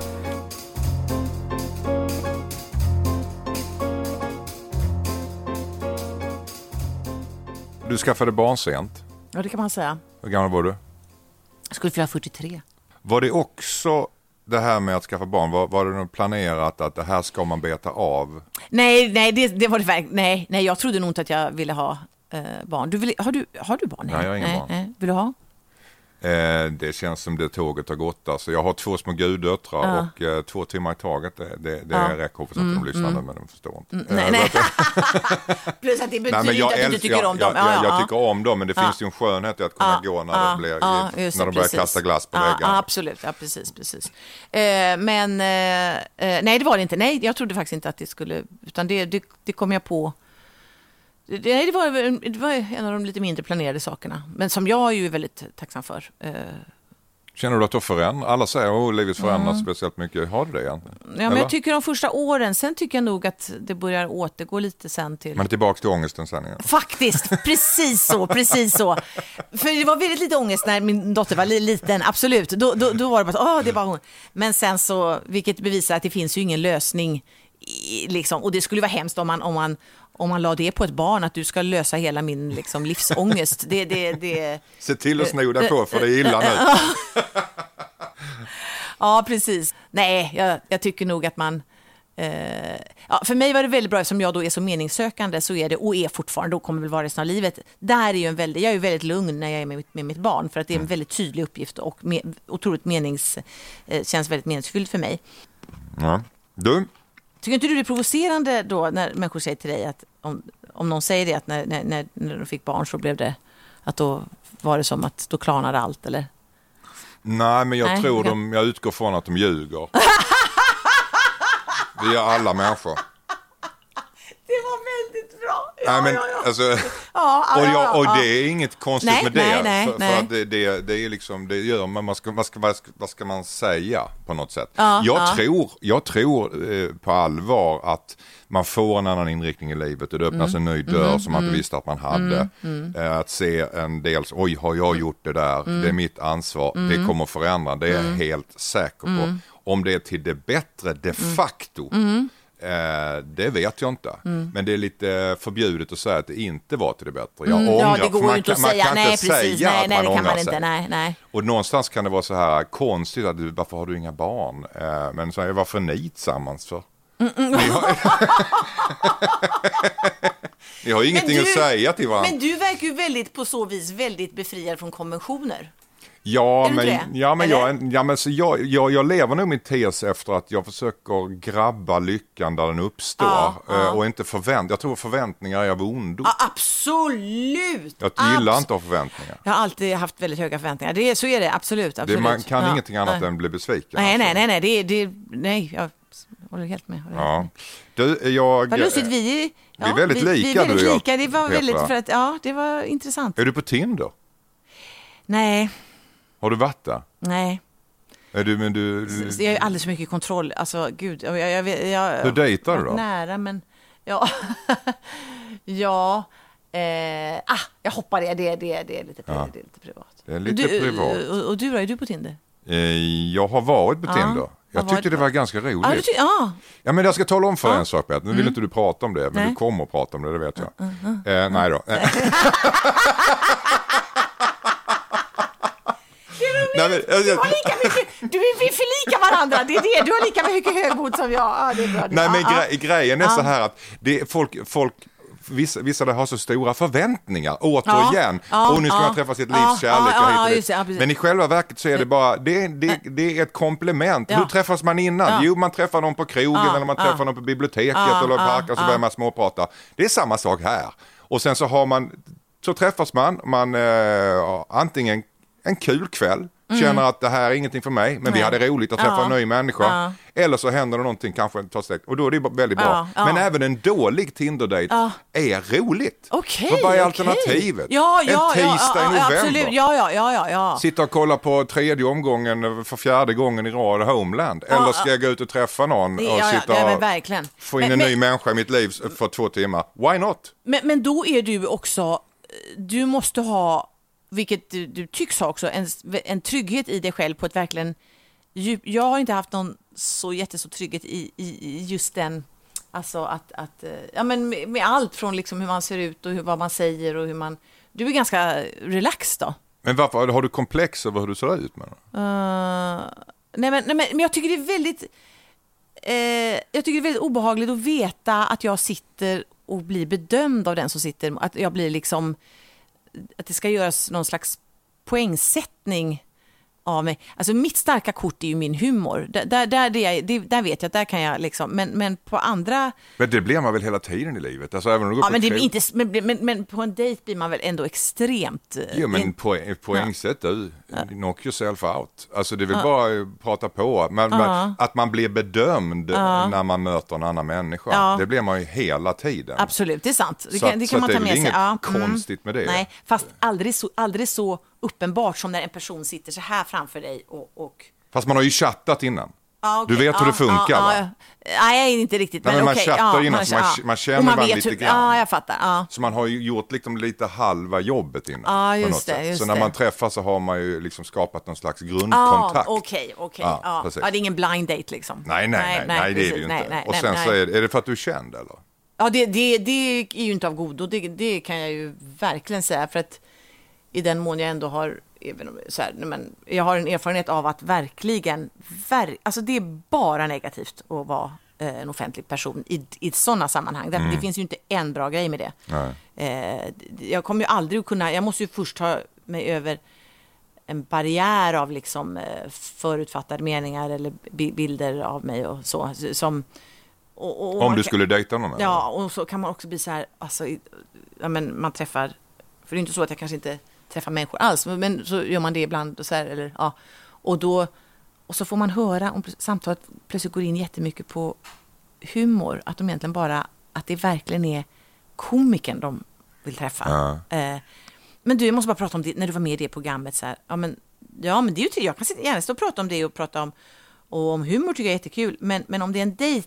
S1: Du skaffade barn sent.
S2: Ja, det kan man säga.
S1: Hur gammal var du?
S2: Jag skulle fylla fyrtiotre.
S1: Var det också det här med att skaffa barn? Var, var det planerat att det här ska man beta av?
S2: Nej, nej, det, det var det verkligen. Nej, nej, jag trodde nog inte att jag ville ha eh, barn. Du vill, har, du, har du barn?
S1: Nej, jag har ingen
S2: nej,
S1: barn.
S2: Nej. Vill du ha?
S1: Eh, det känns som det tåget har gått. Alltså, jag har två små guddöttrar
S2: ja.
S1: och eh, två timmar i taget. Det, det, det
S2: ja.
S1: är räcker för att
S2: mm,
S1: de lyssnar
S2: mm.
S1: men de förstår inte.
S2: Mm, nej, nej. Plus att det betyder nej, inte att du inte tycker
S1: jag,
S2: om dem.
S1: Jag, jag,
S2: ja,
S1: jag
S2: ja.
S1: tycker om dem men det ja. finns ju en skönhet i att kunna
S2: ja,
S1: gå när,
S2: ja,
S1: det blir,
S2: ja,
S1: när
S2: just
S1: de
S2: det,
S1: börjar
S2: precis.
S1: kasta glass på
S2: ja,
S1: väggarna.
S2: Ja, absolut, ja, precis, precis. Eh, men eh, nej, det var det inte. Nej, jag trodde faktiskt inte att det skulle, utan det, det, det kom jag på. Det, det, var, det var en av de lite mindre planerade sakerna. Men som jag är ju väldigt tacksam för. Eh,
S1: Känner du att du förändrar? Alla säger att livet förändras mm. speciellt mycket. Har du det egentligen?
S2: Ja, men Eller? jag tycker de första åren. Sen tycker jag nog att det börjar återgå lite sen till...
S1: Men tillbaka till ångesten sen igen.
S2: Faktiskt, precis så, precis så. För det var väldigt lite ångest när min dotter var liten, absolut. Då, då, då var det bara, åh, det är bara hon. Men sen så, vilket bevisar att det finns ju ingen lösning. Liksom, och det skulle vara hemskt om man, om man om man la det på ett barn, att du ska lösa hela min liksom, livsångest. Det, det, det...
S1: Se till att snoda på, för det är illa nu.
S2: Ja, precis. Nej, jag, jag tycker nog att man... Eh, ja, för mig var det väldigt bra, eftersom jag då är så meningssökande, så är det, och är fortfarande, då kommer väl vara resten av livet. Där är ju en väldigt, jag är ju väldigt lugn när jag är med, med mitt barn, för att det är en väldigt tydlig uppgift och med, otroligt menings, eh, känns väldigt meningsfyllt för mig.
S1: Ja, du...
S2: Tycker inte du det är provocerande då när människor säger till dig att om, om någon säger det att när, när, när de fick barn så blev det att då var det som att då klarnade allt, eller?
S1: Nej, men jag Nej, tror jag... de, jag utgår från att de ljuger. Vi är alla människor.
S2: Det var väldigt bra.
S1: Ja, nej, men, ja, ja. Alltså, ja, och, jag, och det är inget konstigt nej, med det. Nej, nej, för, nej. för att det, det, det är liksom, det gör man, man ska, vad, ska, vad, ska, vad ska man säga på något sätt? Ja, jag, ja. Tror, jag tror eh, på allvar att man får en annan inriktning i livet och det öppnas mm. en ny dörr mm. som man inte visste att man hade. Mm. Eh, att se en del, oj, har jag gjort det där? Mm. Det är mitt ansvar. Mm. Det kommer förändra. Det är jag mm. helt säker på. Mm. Om det är till det bättre de facto, mm. Eh, det vet jag inte. Mm. Men det är lite förbjudet att säga att det inte var till det bättre. Jag mm. ångrar,
S2: ja, det går
S1: man,
S2: inte att
S1: man
S2: säga.
S1: kan
S2: Nej,
S1: inte
S2: precis.
S1: säga
S2: nej,
S1: att
S2: nej,
S1: man
S2: det kan man
S1: sig.
S2: inte. Nej, nej.
S1: Och någonstans kan det vara så här konstigt att du, varför har du inga barn? Eh, men så här, varför är ni tillsammans för? Mm, mm. Ni har, ni har ingenting du, att säga till varandra.
S2: Men du verkar ju väldigt på så vis väldigt befriad från konventioner.
S1: Ja, men, ja, men, jag, ja, men så jag, jag, jag lever nog min tes efter att jag försöker grabba lyckan där den uppstår ja, ja. och inte förvänt. Jag tror förväntningar är av ondo.
S2: Ja, absolut!
S1: Jag gillar Abs- inte av förväntningar.
S2: Jag har alltid haft väldigt höga förväntningar. Det, så är det, absolut. absolut.
S1: Det, man kan
S2: ja,
S1: ingenting annat
S2: nej.
S1: än bli besviken.
S2: Nej,
S1: alltså.
S2: nej, nej, nej, det, det, nej, jag håller helt med. Håller
S1: ja.
S2: helt med.
S1: Du, jag...
S2: Vad lustigt, vi är,
S1: ja, vi är väldigt lika.
S2: Vi är väldigt
S1: du
S2: lika, det var väldigt, för att, ja, det var intressant.
S1: Är du på Tinder?
S2: Nej.
S1: Har du varit där?
S2: Nej.
S1: Är du, men du,
S2: du... Jag har alldeles för mycket kontroll. Alltså, gud. Jag, jag, jag, jag,
S1: Hur dejtar du då?
S2: Nära, men... Ja. ja. Eh, ah, jag hoppar det. Det, det, det, är, lite, ja. det är lite privat.
S1: Det är lite
S2: du,
S1: privat.
S2: Och, och du då? Är du på Tinder?
S1: Eh, jag har varit på ja. Tinder. Jag tyckte varit... det var ganska roligt.
S2: Ja, ty- ja.
S1: ja, men jag ska tala om för ja. en sak, Pet. Nu vill
S2: mm.
S1: inte du prata om det, men nej. du kommer att prata om det, det vet jag.
S2: Mm, mm, mm.
S1: Eh, nej då.
S2: Nej, men, du har lika mycket, du vill förlika varandra, det är det, du har lika mycket högmod som jag. Ja, det är bra.
S1: Nej, men
S2: ja,
S1: gre- grejen är
S2: ja.
S1: så här att det, folk, folk vissa, vissa har så stora förväntningar återigen,
S2: ja.
S1: och nu ska
S2: ja.
S1: man träffa sitt livs kärlek
S2: ja,
S1: ja,
S2: ja, just, ja,
S1: men i själva verket så är det bara det, det, det är ett komplement. Ja. Hur träffas man innan? Ja. Jo, man träffar någon på krogen ja. eller man träffar ja. någon på biblioteket ja. eller parken ja. och så börjar man småprata. Det är samma sak här. Och sen så har man så träffas man, man eh, antingen en kul kväll, mm. känner att det här är ingenting för mig, men Nej. vi hade roligt att träffa ja. en ny människa. Ja. Eller så händer det någonting, kanske tar steg, och då är det väldigt bra. Ja. Ja. Men även en dålig Tinder-date ja. är roligt.
S2: Okej,
S1: Vad är
S2: okej.
S1: alternativet?
S2: Ja, ja,
S1: en tisdag
S2: ja, ja,
S1: i november.
S2: Absolut. Ja, ja, ja, ja, ja.
S1: Sitta och kolla på tredje omgången för fjärde gången i rad Homeland. Ja, Eller ska ja. jag gå ut och träffa någon och ja, sitta ja, och verkligen. få in men, en men, ny människa i mitt liv för två timmar? Why not?
S2: Men, men då är du också, du måste ha, vilket du, du tycks ha också, en, en trygghet i dig själv på ett verkligen djup. Jag har inte haft någon så jättestor trygghet i, i, i just den, alltså att, att ja, men med, med allt från liksom hur man ser ut och hur, vad man säger och hur man, du är ganska relaxed då.
S1: Men varför, har du komplex över hur du ser ut med det?
S2: Uh, nej, men, nej men jag tycker det är väldigt eh, jag tycker det är väldigt obehagligt att veta att jag sitter och blir bedömd av den som sitter, att jag blir liksom, att det ska göras någon slags poängsättning av mig. Alltså mitt starka kort är ju min humor. Där, där, där, det, det, där vet jag att där kan jag liksom, men, men på andra...
S1: Men det blir man väl hela tiden i livet? Alltså, även om du går
S2: ja,
S1: på
S2: men, det blir inte, men, men, men på en dejt blir man väl ändå extremt...
S1: Jo, men poäng, poängsätt ja. du. Knock yourself out. Alltså det vill ja. bara prata på. Men, ja. Att man blir bedömd ja. när man möter en annan människa. Ja. Det blir man ju hela tiden.
S2: Absolut, det är sant. Det
S1: så
S2: kan, det kan
S1: så
S2: man ta
S1: med
S2: sig.
S1: Så det är
S2: ja.
S1: inget konstigt med det.
S2: Nej, fast aldrig så, aldrig så uppenbart som när en person sitter så här framför dig och... och...
S1: Fast man har ju chattat innan.
S2: Ah, okay.
S1: Du vet hur
S2: ah,
S1: det funkar,
S2: ah,
S1: va?
S2: Ah, nej, inte riktigt. Men,
S1: Nej, men man
S2: okay.
S1: chattar
S2: ah,
S1: innan,
S2: man,
S1: så man,
S2: ah.
S1: man känner
S2: man
S1: varandra
S2: vet
S1: lite
S2: hur,
S1: grann.
S2: Ja, jag fattar. Ah.
S1: Så man har ju gjort liksom lite halva jobbet innan.
S2: Ah,
S1: på något
S2: just det,
S1: sätt.
S2: just
S1: så när
S2: det.
S1: man träffas så har man ju liksom skapat någon slags grundkontakt.
S2: Ah, Okej, okej.
S1: Ja,
S2: ah.
S1: precis.
S2: ah, det är ingen blind date liksom.
S1: Nej, nej, nej, nej, nej det är det ju inte.
S2: Nej, nej,
S1: och
S2: nej,
S1: sen
S2: nej.
S1: så är det, är det för att du är känd, eller?
S2: Ja, det, det, det är ju inte av godo. Det, det kan jag ju verkligen säga. För att i den mån jag ändå har, även om, så här, men jag har en erfarenhet av att verkligen, ver, alltså det är bara negativt att vara eh, en offentlig person i, i sådana sammanhang. Därför
S1: Mm.
S2: det finns ju inte en bra grej med det.
S1: Nej.
S2: Eh, jag kommer ju aldrig att kunna, jag måste ju först ta mig över en barriär av liksom eh, förutfattade meningar eller bi- bilder av mig och så. Som, och, och
S1: Om du
S2: kan,
S1: skulle dejta någon? Eller?
S2: Ja, och så kan man också bli så här, alltså, ja, men man träffar, för det är inte så att jag kanske inte träffar människor alls, men så gör man det ibland och så här, eller ja, och då, och så får man höra om samtalet plötsligt går in jättemycket på humor, att de egentligen bara, att det verkligen är komiken de vill träffa.
S1: Ja.
S2: Eh, men du, jag måste bara prata om det, när du var med i det programmet så här, ja men, ja, men det är ju till, jag kan gärna stå och prata om det och prata om, och om humor tycker jag är jättekul, men, men om det är en dejt,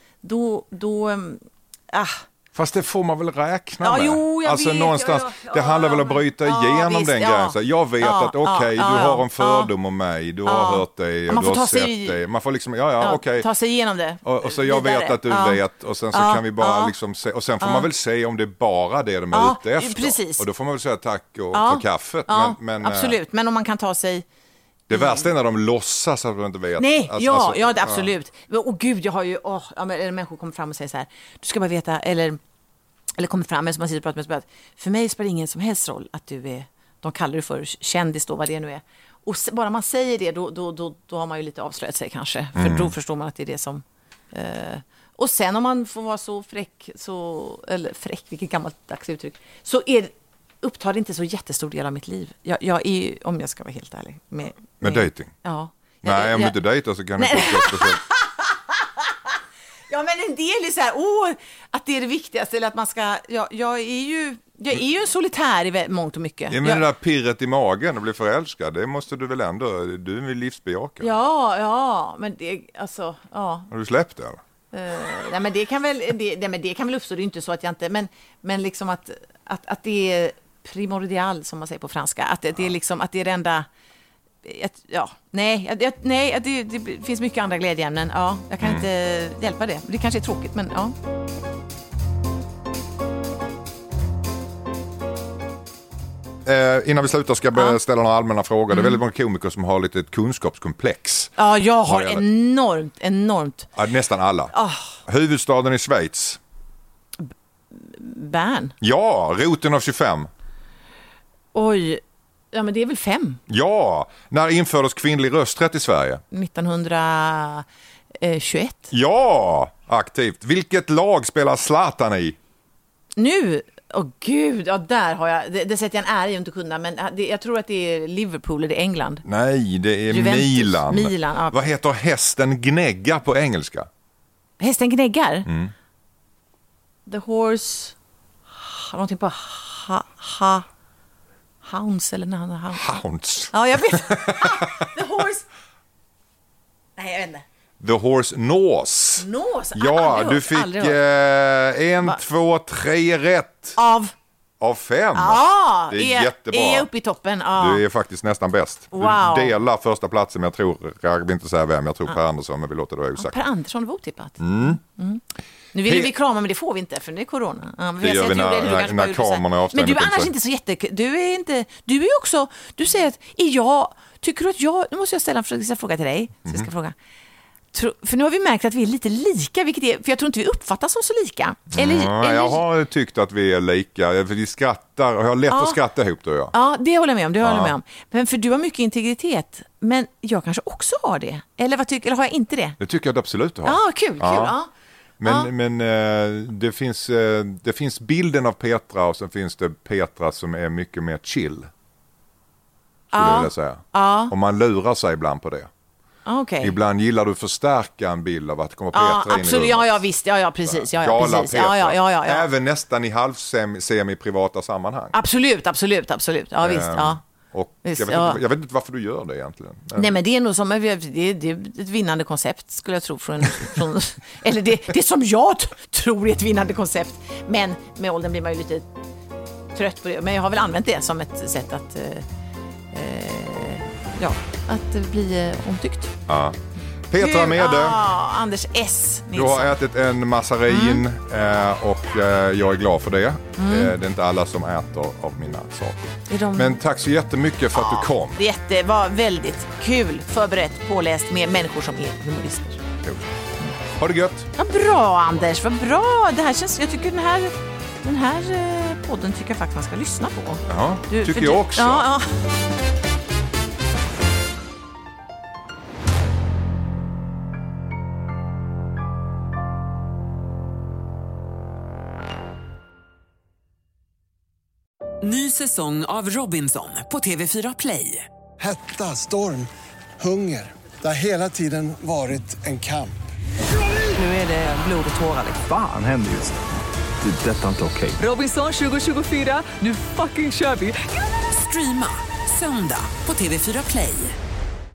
S2: då, då, um, ah.
S1: Fast det får man väl räkna
S2: Ja,
S1: med.
S2: jo, jag
S1: alltså
S2: vet,
S1: någonstans,
S2: ja, ja,
S1: det handlar väl om att
S2: men-
S1: bryta
S2: ja,
S1: igenom
S2: visst,
S1: den
S2: ja.
S1: grejen. Så jag vet
S2: Ja,
S1: att okej,
S2: ja,
S1: du
S2: ja,
S1: har
S2: ja.
S1: en fördom om mig, du
S2: Ja.
S1: har hört dig,
S2: Ja,
S1: och
S2: man
S1: du
S2: får
S1: har
S2: ta sig
S1: sett
S2: i-
S1: dig. Man får liksom, ja ja,
S2: Ja,
S1: okej.
S2: ta sig igenom det.
S1: Och, och så jag
S2: vidare.
S1: vet att du
S2: Ja.
S1: vet, och sen så
S2: Ja,
S1: kan vi bara
S2: ja.
S1: liksom se, och sen får
S2: Ja.
S1: man väl se om det är bara det de är
S2: Ja,
S1: ute efter.
S2: precis.
S1: Och då får man väl säga tack och,
S2: Ja.
S1: för kaffet.
S2: Ja,
S1: men, men, eh,
S2: absolut, men om man kan ta sig...
S1: Det värsta är när de låtsas att de inte vet.
S2: Nej,
S1: Alltså,
S2: ja,
S1: alltså,
S2: ja, det, absolut. Och gud, jag har ju, åh, ja, men, eller människor kommer fram och säger så här, du ska bara veta, eller, eller kommer fram, eller som man sitter och pratar med, så att för mig spelar det ingen som helst roll att du är, de kallar du för kändis då, vad det nu är. Och s- bara man säger det, då, då, då, då har man ju lite avslöjat sig kanske, för
S1: Mm.
S2: då förstår man att det är det som... Eh, och sen om man får vara så fräck, så, eller fräck, vilket gammaldags uttryck, så är, upptar det inte så jättestor del av mitt liv. Jag, jag är ju, om jag ska vara helt ärlig. Med,
S1: Med dating?
S2: Ja.
S1: Nej,
S2: jag,
S1: om du
S2: jag,
S1: inte dejtar så kan det
S2: Nej.
S1: inte vara speciellt.
S2: Ja, men en del är så här, åh, att det är det viktigaste, eller att man ska, ja, jag är ju, jag är ju en solitär i vä- mångt och mycket.
S1: Ja, men
S2: jag,
S1: det där pirret i magen och bli förälskad, det måste du väl ändå, du är väl livsbejakande.
S2: ja, ja, men det, alltså, ja.
S1: Har du släppt det?
S2: Uh, nej, men det kan väl, det, nej, men det kan väl uppstå, det är ju inte så att jag inte, men, men liksom att, att, att det är primordial, som man säger på franska, att det, det är liksom, att det är det enda, att, ja, nej, att, att, nej att det, det finns mycket andra glädjeämnen, ja, jag kan inte hjälpa det, det kanske är tråkigt, men ja.
S1: Eh, innan vi slutar ska jag börja
S2: Ja.
S1: ställa några allmänna frågor.
S2: Mm.
S1: Det är väldigt många komiker som har lite ett kunskapskomplex.
S2: Ja, jag har
S1: jag-
S2: enormt, enormt,
S1: Ja, nästan alla.
S2: Ah.
S1: Huvudstaden i Schweiz.
S2: Bern.
S1: Ja, roten av tjugofem.
S2: Oj, ja men det är väl fem,
S1: Ja, när infördes kvinnlig rösträtt i Sverige?
S2: nittonhundratjugoett.
S1: Ja, aktivt. Vilket lag spelar Zlatan i?
S2: Nu, åh gud, ja där har jag, det, det sätter jag en ära i att inte kunna, men det, jag tror att det är Liverpool eller England.
S1: Nej, det är
S2: Juventus.
S1: Milan.
S2: Milan, ja.
S1: Vad heter hästen gnägga på engelska?
S2: Hästen gnäggar?
S1: Mm.
S2: The horse, ha, någonting på ha, ha, hounds eller något annat.
S1: Hounds.
S2: Ja, jag vet. The horse, nej jag vet inte.
S1: The Horse Norse.
S2: Nås,
S1: Ja,
S2: aldrig
S1: du
S2: hört,
S1: fick
S2: aldrig hört.
S1: eh, en,
S2: Va?
S1: två, tre rätt
S2: Av,
S1: av fem.
S2: ja,
S1: det är, jättebra.
S2: Är jag uppe i toppen? Ja.
S1: Du är faktiskt nästan bäst.
S2: Wow.
S1: Du delar första platsen, men jag tror, jag vill inte säga vem, jag tror Per Andersson, men vi låter det vara osagt.
S2: Per Andersson var otippat.
S1: Mm.
S2: Mm. Nu vill
S1: He-
S2: vi krama, men det får vi inte, för det är corona. Ja, men
S1: Det
S2: jag
S1: gör
S2: ser
S1: vi
S2: att du
S1: när-
S2: gjorde det, du
S1: när-
S2: kanske
S1: när
S2: bara gjorde så här.
S1: kameran är avstängd,
S2: Men du är
S1: tänkte
S2: annars
S1: jag.
S2: inte så jätte... Du är inte... Du är ju också... Du säger att, är jag... Tycker du att jag... Nu måste jag ställa en fråga, fråga till dig. Så jag ska
S1: Mhm.
S2: fråga. Tro, för nu har vi märkt att vi är lite lika, vilket är... För jag tror inte vi uppfattas som så lika. Eller,
S1: Ja,
S2: eller,
S1: jag har tyckt att vi är lika, för vi skrattar, och jag har lätt
S2: Ja.
S1: att skratta ihop du och jag.
S2: Ja, det håller jag med om. Det håller jag
S1: Ja.
S2: med om. Men för du har mycket integritet. Men jag kanske också har det. Eller vad tycker... Eller har jag inte det?
S1: Det tycker jag absolut du har.
S2: Ja, kul, kul. Ja.
S1: Men,
S2: Ja.
S1: men eh, det, finns, eh, det finns bilden av Petra, och sen finns det Petra som är mycket mer chill. Skulle
S2: Ja.
S1: jag vilja säga.
S2: Ja.
S1: Och man lurar sig ibland på det.
S2: Ja, okej.
S1: Ibland gillar du att förstärka en bild av att det kommer
S2: Ja,
S1: Petra in i
S2: absolut.
S1: rummet.
S2: Ja, ja, visst. Ja, ja, precis. Ja, ja,
S1: Gala
S2: precis.
S1: Petra.
S2: Ja, ja, ja, ja, ja.
S1: Även nästan i halvsemi-privata sammanhang.
S2: Absolut, absolut, absolut. Ja, visst.
S1: Ehm,
S2: Ja.
S1: Och
S2: Visst,
S1: jag, vet
S2: ja.
S1: inte, jag vet inte varför du gör det egentligen. Men...
S2: Nej, men det är nog som det är, det är ett vinnande koncept skulle jag tro från, från eller det, det som jag t- tror är ett vinnande koncept, men med åldern blir man ju lite trött på det, men jag har väl använt det som ett sätt att eh, ja, att bli eh, omtyckt.
S1: Ja. Petra Mede.
S2: Ja, Anders S.
S1: Du har ätit en massarin mm. och jag är glad för det. Mm. Det är inte alla som äter av mina saker.
S2: De...
S1: Men tack så jättemycket för ja, att du kom.
S2: Det var väldigt kul, förberett, påläst med människor som är humorister.
S1: Jo. Ha det gött.
S2: Ja, bra Anders, vad bra. Det här känns, jag tycker den här, den här podden tycker jag faktiskt man ska lyssna på.
S1: Ja,
S2: du,
S1: tycker
S2: du,
S1: jag också.
S2: Ja, ja.
S3: Ny säsong av Robinson på T V fyra Play.
S4: Hetta, storm, hunger. Det har hela tiden varit en kamp.
S3: Nu är det blod och tårar.
S5: Fan händer just det. Det är detta inte okej.
S3: Robinson tjugo tjugofyra, nu fucking kör vi. Streama söndag på T V fyra Play.